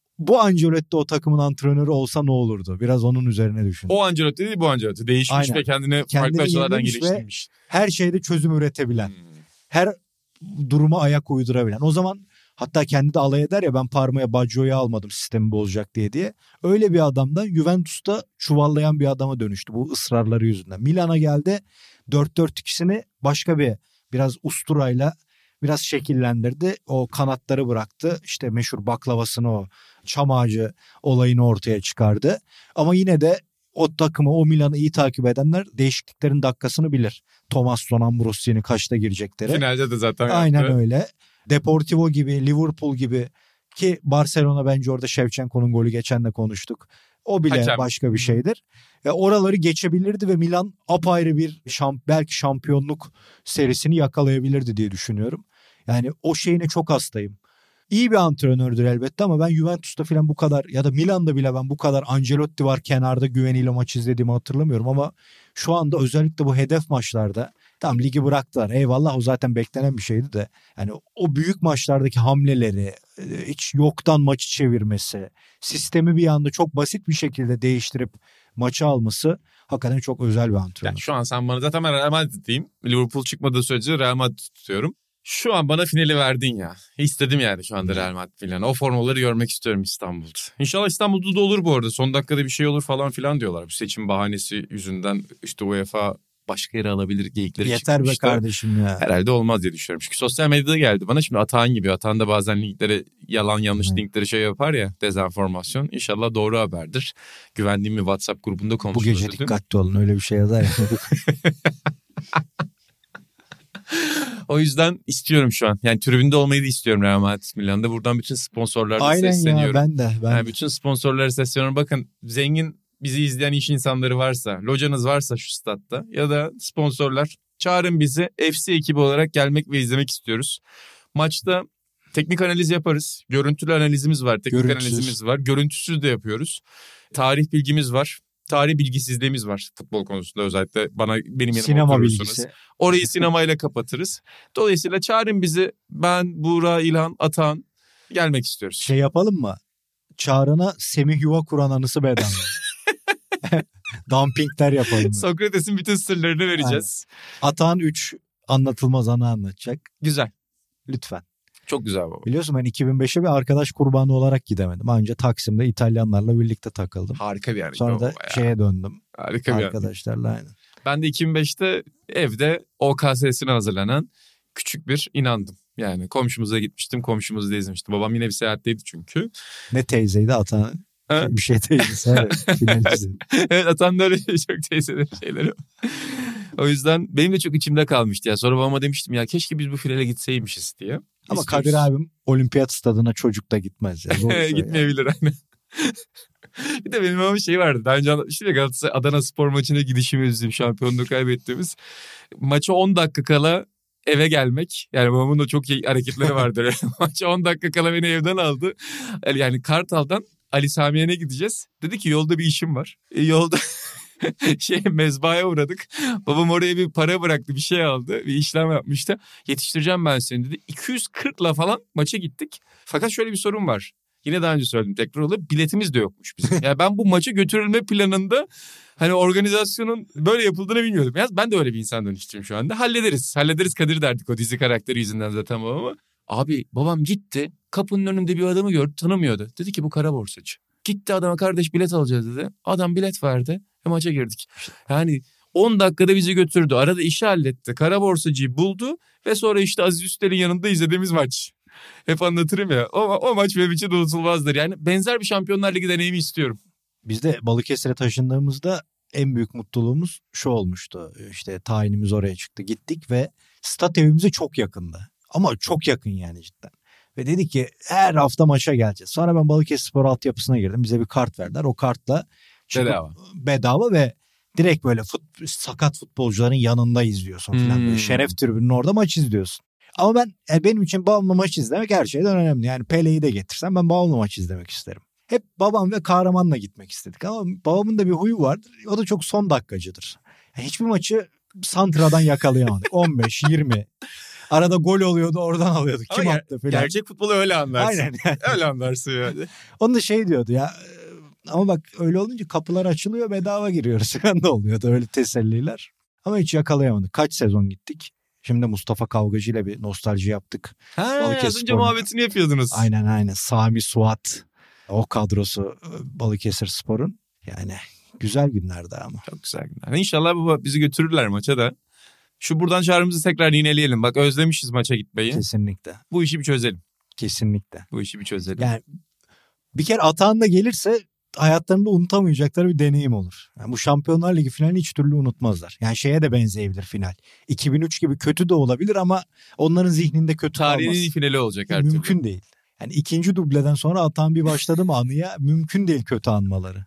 o takımın antrenörü olsa ne olurdu? Biraz onun üzerine düşün. O Ancelotti değil bu Ancelotti. Değişmiş Aynen. Ve kendini farklı açılardan geliştirmiş. Her şeyde çözüm üretebilen. Her duruma ayak uydurabilen. O zaman hatta kendi de alay eder ya ben Parma'ya Baggio'yu almadım sistemi bozacak diye. Öyle bir adamdan Juventus'ta çuvallayan bir adama dönüştü bu ısrarları yüzünden. Milan'a geldi 4-4-2'sini başka biraz usturayla biraz şekillendirdi. O kanatları bıraktı. İşte meşhur baklavasını o çam ağacı olayını ortaya çıkardı. Ama yine de o takımı o Milan'ı iyi takip edenler değişikliklerin dakikasını bilir. Thomas Son, Ambrosi'nin kaçta girecekleri. Finalde de zaten aynen yaptı. Öyle. Deportivo gibi, Liverpool gibi ki Barcelona bence orada Shevchenko'nun golü geçen de konuştuk. O bile başka bir şeydir. Oraları geçebilirdi ve Milan apayrı bir belki şampiyonluk serisini yakalayabilirdi diye düşünüyorum. Yani o şeyine çok hastayım. İyi bir antrenördür elbette ama ben Juventus'ta falan bu kadar ya da Milan'da bile ben bu kadar Ancelotti var kenarda güveniyle maç izlediğimi hatırlamıyorum ama şu anda özellikle bu hedef maçlarda tam ligi bıraktılar. Eyvallah o zaten beklenen bir şeydi de yani o büyük maçlardaki hamleleri hiç yoktan maçı çevirmesi, sistemi bir anda çok basit bir şekilde değiştirip maçı alması hakikaten çok özel bir antrenör. Yani şu an sen bana zaten ben Real Madrid diyeyim. Liverpool çıkmadığı sürece Real Madrid tutuyorum. Şu an bana finali verdin ya. İstedim yani şu anda Real Madrid finali. O formaları görmek istiyorum İstanbul'da. İnşallah İstanbul'da da olur bu arada. Son dakikada bir şey olur falan filan diyorlar. Bu seçim bahanesi yüzünden işte UEFA başka yere alabilir geyikleri yeter çıkmıştı. Yeter be kardeşim ya. Herhalde olmaz diye düşünüyorum. Çünkü sosyal medyada geldi bana. Şimdi Atahan gibi. Atahan da bazen linkleri yalan yanlış linkleri şey yapar ya. Dezenformasyon. İnşallah doğru haberdir. Güvendiğim bir WhatsApp grubunda konuşuruz. Bu gece dikkatli olun. Öyle bir şey yazar ya. O yüzden istiyorum şu an. Yani tribünde olmayı da istiyorum Real Madrid Milan'da. Buradan bütün sponsorlara sesleniyorum. Aynen ya ben de. Yani bütün sponsorlara sesleniyorum. Bakın zengin bizi izleyen iş insanları varsa, locanız varsa şu statta ya da sponsorlar çağırın bizi FC ekibi olarak gelmek ve izlemek istiyoruz. Maçta Teknik analiz yaparız. Görüntülü analizimiz var. Teknik Görüntüsüz. analizimiz var. Görüntüsüz de yapıyoruz. Tarih bilgimiz var. Tarih bilgisizliğimiz var futbol konusunda, özellikle benim yanıma Sinema oturursunuz. bilgisi. Orayı sinemayla kapatırız. Dolayısıyla çağırın bizi. Ben, Buğra, İlhan, Atahan gelmek istiyoruz. Şey yapalım mı? Çağrı'na Semih Yuva kuran anısı bedava. Dumpingler yapalım. Sokrates'in bütün sırlarını vereceğiz. Atahan 3 anlatılmaz anı anlatacak. Güzel. Lütfen. Çok güzel baba. Biliyorsun ben 2005'e bir arkadaş kurbanı olarak gidemedim. Önce Taksim'de İtalyanlarla birlikte takıldım. Harika bir anı. Sonra da şeye döndüm. Harika bir anı. Arkadaşlarla aynen. Ben de 2005'te evde OKS'sine hazırlanan küçük bir inandım. Yani komşumuza gitmiştim, komşumuzu da izlemiştim. Babam yine bir seyahatteydi çünkü. Ne teyzeydi Atahan? Ha? Bir şey teyzesi. Final izledim. Evet, Atan da öyle çok teyzeleri şeyleri. O yüzden benim de çok içimde kalmıştı ya. Sonra babama demiştim ya, keşke biz bu finale gitseymişiz diye. Ama İstiyoruz. Kadir abim olimpiyat stadına çocuk da gitmez ya. Zor iş o Gitmeyebilir aynen. Bir de benim babamın şeyi vardı. Daha önce anlatmıştım ya, Galatasaray Adana Spor maçına gidişimiz, bizim şampiyonluğu kaybettiğimiz. Maça 10 dakika kala eve gelmek. Yani babamın da çok iyi hareketleri vardır. Maça 10 dakika kala beni evden aldı. Yani Kartal'dan Ali Samiyen'e gideceğiz. Dedi ki yolda bir işim var. Yolda mezbahaya uğradık. Babam oraya bir para bıraktı, bir şey aldı. Bir işlem yapmıştı. Yetiştireceğim ben seni dedi. 240'la falan maça gittik. Fakat şöyle bir sorun var. Yine daha önce söyledim, tekrar oluyor. Biletimiz de yokmuş bizim. Yani ben bu maça götürülme planında hani organizasyonun böyle yapıldığını bilmiyordum. Yalnız ben de öyle bir insan dönüştüm şu anda. Hallederiz. Hallederiz Kadir derdik o dizi karakteri yüzünden zaten babama. Abi babam gitti. Kapının önünde bir adamı gördü, tanımıyordu. Dedi ki bu kara borsacı. Gitti adama, kardeş bilet alacağız dedi. Adam bilet verdi ve maça girdik. Yani 10 dakikada bizi götürdü. Arada işi halletti. Kara borsacıyı buldu ve sonra işte Aziz Üster'in yanında izlediğimiz maç. Hep anlatırım ya. O maç benim için unutulmazdır. Yani benzer bir Şampiyonlar Ligi deneyimi istiyorum. Biz de Balıkesir'e taşındığımızda en büyük mutluluğumuz şu olmuştu. İşte tayinimiz oraya çıktı. Gittik ve stat evimize çok yakındı. Ama çok yakın yani cidden. Ve dedik ki her hafta maça geleceğiz. Sonra ben Balıkesirspor altyapısına girdim. Bize bir kart verdiler. O kartla bedava ve direkt böyle sakat futbolcuların yanında izliyorsun falan. Böyle şeref tribünün orada maç izliyorsun. Ama benim için babamla maç izlemek her şeyden önemli. Yani Pele'yi de getirsem ben babamla maç izlemek isterim. Hep babam ve Kahraman'la gitmek istedik. Ama babamın da bir huyu vardır. O da çok son dakikacıdır. Yani hiçbir maçı santradan yakalayamadık. 15, 20. Arada gol oluyordu, oradan alıyordu. Kim attı falan. Gerçek futbolu öyle anlarsın. Aynen. Yani. Öyle anlarsın yani. Onun da şey diyordu ya. Ama bak öyle olunca kapılar açılıyor, bedava giriyoruz falan da oluyordu öyle teselliler. Ama hiç yakalayamadık. Kaç sezon gittik. Şimdi Mustafa Kavgacı ile bir nostalji yaptık. Az önce muhabbetini yapıyordunuz. Aynen. Sami Suat. O kadrosu Balıkesirspor'un. Yani güzel günlerdi ama. Çok güzel günler. İnşallah baba bizi götürürler maça da. Şu buradan çağrımızı tekrar yineleyelim. Bak özlemişiz maça gitmeyi. Kesinlikle. Bu işi bir çözelim. Kesinlikle. Bu işi bir çözelim. Yani bir kere Atahan da gelirse hayatlarında unutamayacakları bir deneyim olur. Yani bu Şampiyonlar Ligi finalini hiç türlü unutmazlar. Yani şeye de benzeyebilir final. 2003 gibi kötü de olabilir ama onların zihninde kötü kalmaz. Tarihin finali olacak her türlü. Mümkün değil. Yani ikinci dubleden sonra Atahan bir başladı mı anıya mümkün değil kötü anmaları.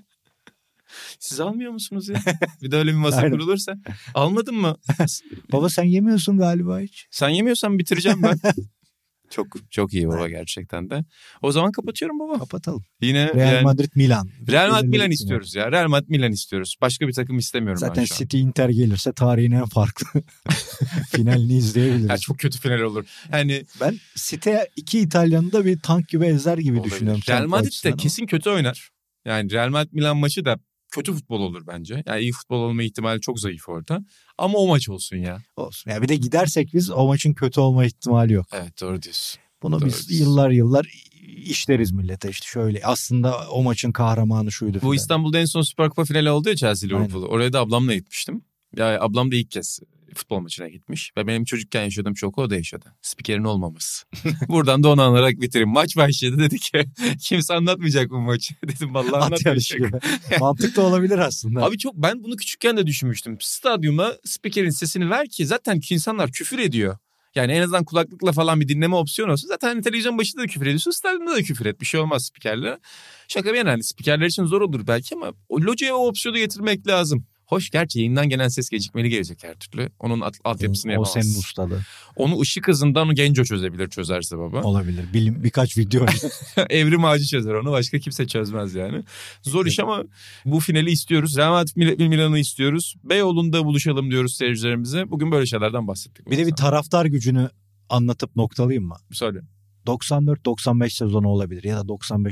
Siz almıyor musunuz ya? Bir de öyle bir masa kurulursa. Almadın mı? Baba sen yemiyorsun galiba hiç. Sen yemiyorsan bitireceğim ben. Çok iyi baba gerçekten de. O zaman kapatıyorum baba. Kapatalım. Yine Real Madrid Milan. Real Madrid Milan istiyoruz ya. Real Madrid Milan istiyoruz. Başka bir takım istemiyorum zaten ben şu an. City Inter gelirse tarihin en farklı finalini izleyebiliriz. Ya çok kötü final olur. Yani ben City 2 İtalyan'ı da bir tank gibi ezer gibi olabilir. düşünüyorum. Real Madrid de kesin kötü oynar. Yani Real Madrid Milan maçı da kötü futbol olur bence. Yani iyi futbol olma ihtimali çok zayıf orada. Ama o maç olsun ya. Olsun. Ya bir de gidersek biz o maçın kötü olma ihtimali yok. Evet doğru diyorsun. Bunu doğru biz diyorsun. yıllar işleriz millete işte şöyle. Aslında o maçın kahramanı şuydu. Bu falan. İstanbul'da en son Süper Kupa finali oldu ya, Chelsea Liverpool'u. Oraya da ablamla gitmiştim. Yani ablam da ilk kez futbol maçına gitmiş. Ve benim çocukken yaşadığım şoku o da yaşadı. Spikerin olmaması. Buradan da onu anlarak bitireyim. Maç başladı, dedi ki kimse anlatmayacak bu maçı. Dedim vallahi anlatmayacak. Mantık da olabilir aslında. Abi ben bunu küçükken de düşünmüştüm. Stadyuma spikerin sesini ver ki zaten insanlar küfür ediyor. Yani en azından kulaklıkla falan bir dinleme opsiyonu olsun. Zaten hani televizyon başında da küfür ediyorsun. Stadyumda da küfür et. Bir şey olmaz spikerlere. Şaka bir yana, hani spikerler için zor olur belki ama o locaya o opsiyonu getirmek lazım. Hoş gerçi yayından gelen ses gecikmeli gelecek her türlü. Onun altyapısını O yapamaz. senin ustalığı. Onu ışık hızından Genco çözebilir çözerse baba. Olabilir. Birkaç video. Evrim Ağacı çözer onu. Başka kimse çözmez yani. Zor iş ama bu finali istiyoruz. Real Madrid Milan'ı istiyoruz. Beyoğlu'nda buluşalım diyoruz seyircilerimize. Bugün böyle şeylerden bahsettik. Bir de bir taraftar gücünü anlatıp noktalayayım mı? Söyle. 94-95 sezonu olabilir ya da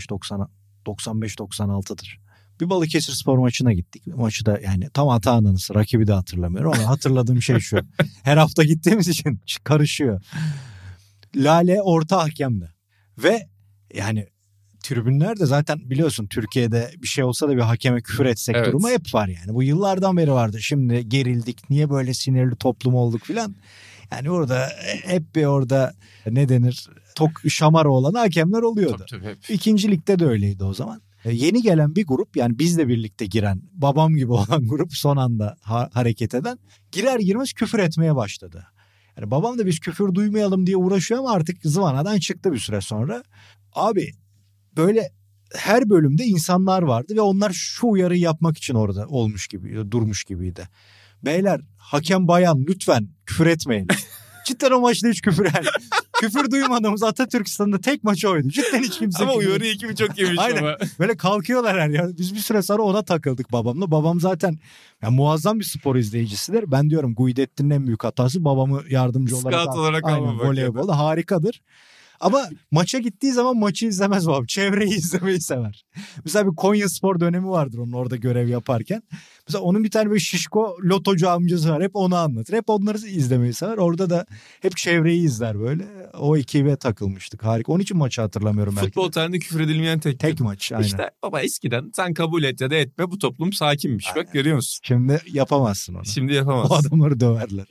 95-96'dır. Bir Balıkesirspor maçına gittik. Maçı da yani tam Atahan anısı, rakibi de hatırlamıyorum ama hatırladığım şey şu. Her hafta gittiğimiz için karışıyor. Lale orta hakemdi. Ve yani tribünler de zaten biliyorsun Türkiye'de bir şey olsa da bir hakeme küfür etsek Evet. durumu hep var yani. Bu yıllardan beri vardı. Şimdi gerildik, niye böyle sinirli toplum olduk filan. Yani orada hep bir orada ne denir tok şamara olan hakemler oluyordu. Tabii, hep. İkinci ligde de öyleydi o zaman. Yeni gelen bir grup yani bizle birlikte giren babam gibi olan grup son anda hareket eden girer girmez küfür etmeye başladı. Yani babam da biz küfür duymayalım diye uğraşıyor ama artık zıvanadan çıktı bir süre sonra. Abi böyle her bölümde insanlar vardı ve onlar şu uyarıyı yapmak için orada olmuş gibi durmuş gibiydi. Beyler hakem bayan lütfen küfür etmeyin. Cidden o maçta hiç küfür küfür duymadığımız Atatürk Stadı'nda tek maç oydu. Cidden hiç kimse. Ama uyarı ekibi çok yemiş Aynen. ama. Böyle kalkıyorlar her yer. Biz bir süre sonra ona takıldık babamla. Babam zaten yani muazzam bir spor izleyicisidir. Ben diyorum Guidetti'nin en büyük hatası babamı yardımcı olarak. Scout olarak Aynen, almamak. voleybol harikadır. Ama maça gittiği zaman maçı izlemez babam. Çevreyi izlemeyi sever. Mesela bir Konyaspor dönemi vardır onun orada görev yaparken. Mesela onun bir tane böyle şişko lotocu amcası var. Hep onu anlatır. Hep onları izlemeyi sever. Orada da hep çevreyi izler böyle. O ekibe takılmıştık. Harika. Onun için maçı hatırlamıyorum belki. Futbol tarihinde küfür edilmeyen tek maç. Aynen. İşte baba eskiden sen kabul et ya da etme bu toplum sakinmiş. Aynen. Bak görüyor musun? Şimdi yapamazsın onu. Şimdi O yapamazsın. adamları döverler.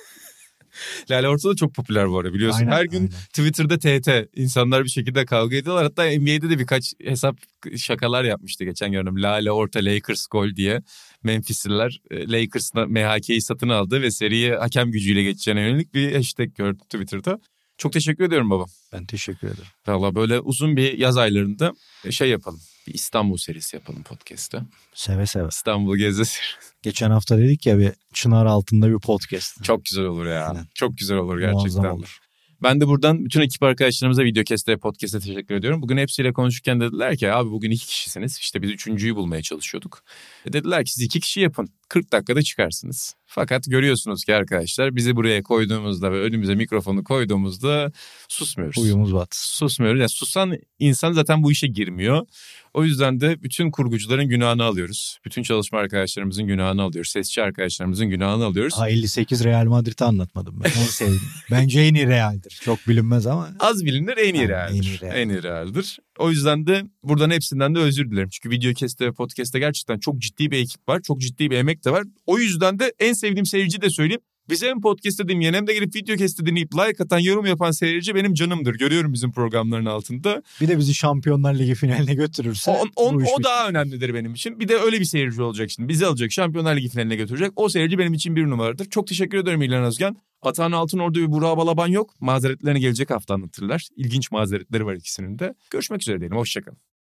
Lale Orta çok popüler bu arada biliyorsun. Aynen, Her gün aynen. Twitter'da TT insanlar bir şekilde kavga ediyorlar. Hatta NBA'de de birkaç hesap şakalar yapmıştı geçen gördüm. Lale Orta Lakers gol diye Memphisliler Lakers'la MHK'yi satın aldı ve seriye hakem gücüyle geçeceğine yönelik bir hashtag gördüm Twitter'da. Çok teşekkür ediyorum baba. Ben teşekkür ederim. Valla böyle uzun bir yaz aylarında şey yapalım. Bir İstanbul serisi yapalım podcast'ta. Seve seve. İstanbul gezisi. Geçen hafta dedik ya bir çınar altında bir podcast. Çok güzel olur ya. Aynen. Çok güzel olur Muazzam gerçekten. olur. Ben de buradan bütün ekip arkadaşlarımıza Videocast'e, podcast'e teşekkür ediyorum. Bugün hepsiyle konuşurken dediler ki abi bugün 2 kişisiniz. İşte biz 3.'yü bulmaya çalışıyorduk. Dediler ki siz 2 kişi yapın. 40 dakikada çıkarsınız. Fakat görüyorsunuz ki arkadaşlar bizi buraya koyduğumuzda ve önümüze mikrofonu koyduğumuzda susmuyoruz. Uyumuz bat. Susmuyoruz. Yani susan insan zaten bu işe girmiyor. O yüzden de bütün kurgucuların günahını alıyoruz. Bütün çalışma arkadaşlarımızın günahını alıyoruz. Sesçi arkadaşlarımızın günahını alıyoruz. 58 Real Madrid'i anlatmadım ben. Onu sevdim. Bence en iyi Real'dir. Çok bilinmez ama. Az bilinir en iyi Aynen, realdir. en iyi real. En iyi realdir. O yüzden de buradan hepsinden de özür dilerim. Çünkü Videocast'te ve podcast'te gerçekten çok ciddi bir ekip var. Çok ciddi bir emek de var. O yüzden de en sevdiğim seyirci de söyleyeyim. Bize hem podcast'te dinleyen hem de gelip Videocast'te dinleyip like atan, yorum yapan seyirci benim canımdır. Görüyorum bizim programların altında. Bir de bizi Şampiyonlar Ligi finaline götürürse. O daha önemlidir benim için. Bir de öyle bir seyirci olacak şimdi. Bizi alacak, Şampiyonlar Ligi finaline götürecek. O seyirci benim için bir numaradır. Çok teşekkür ederim İlhan Özgen. Atahan Altınordu ve Burak Balaban yok. Mazeretlerini gelecek hafta anlatırlar. İlginç mazeretleri var ikisinin de. Görüşmek üzere diyelim. Hoşçakalın.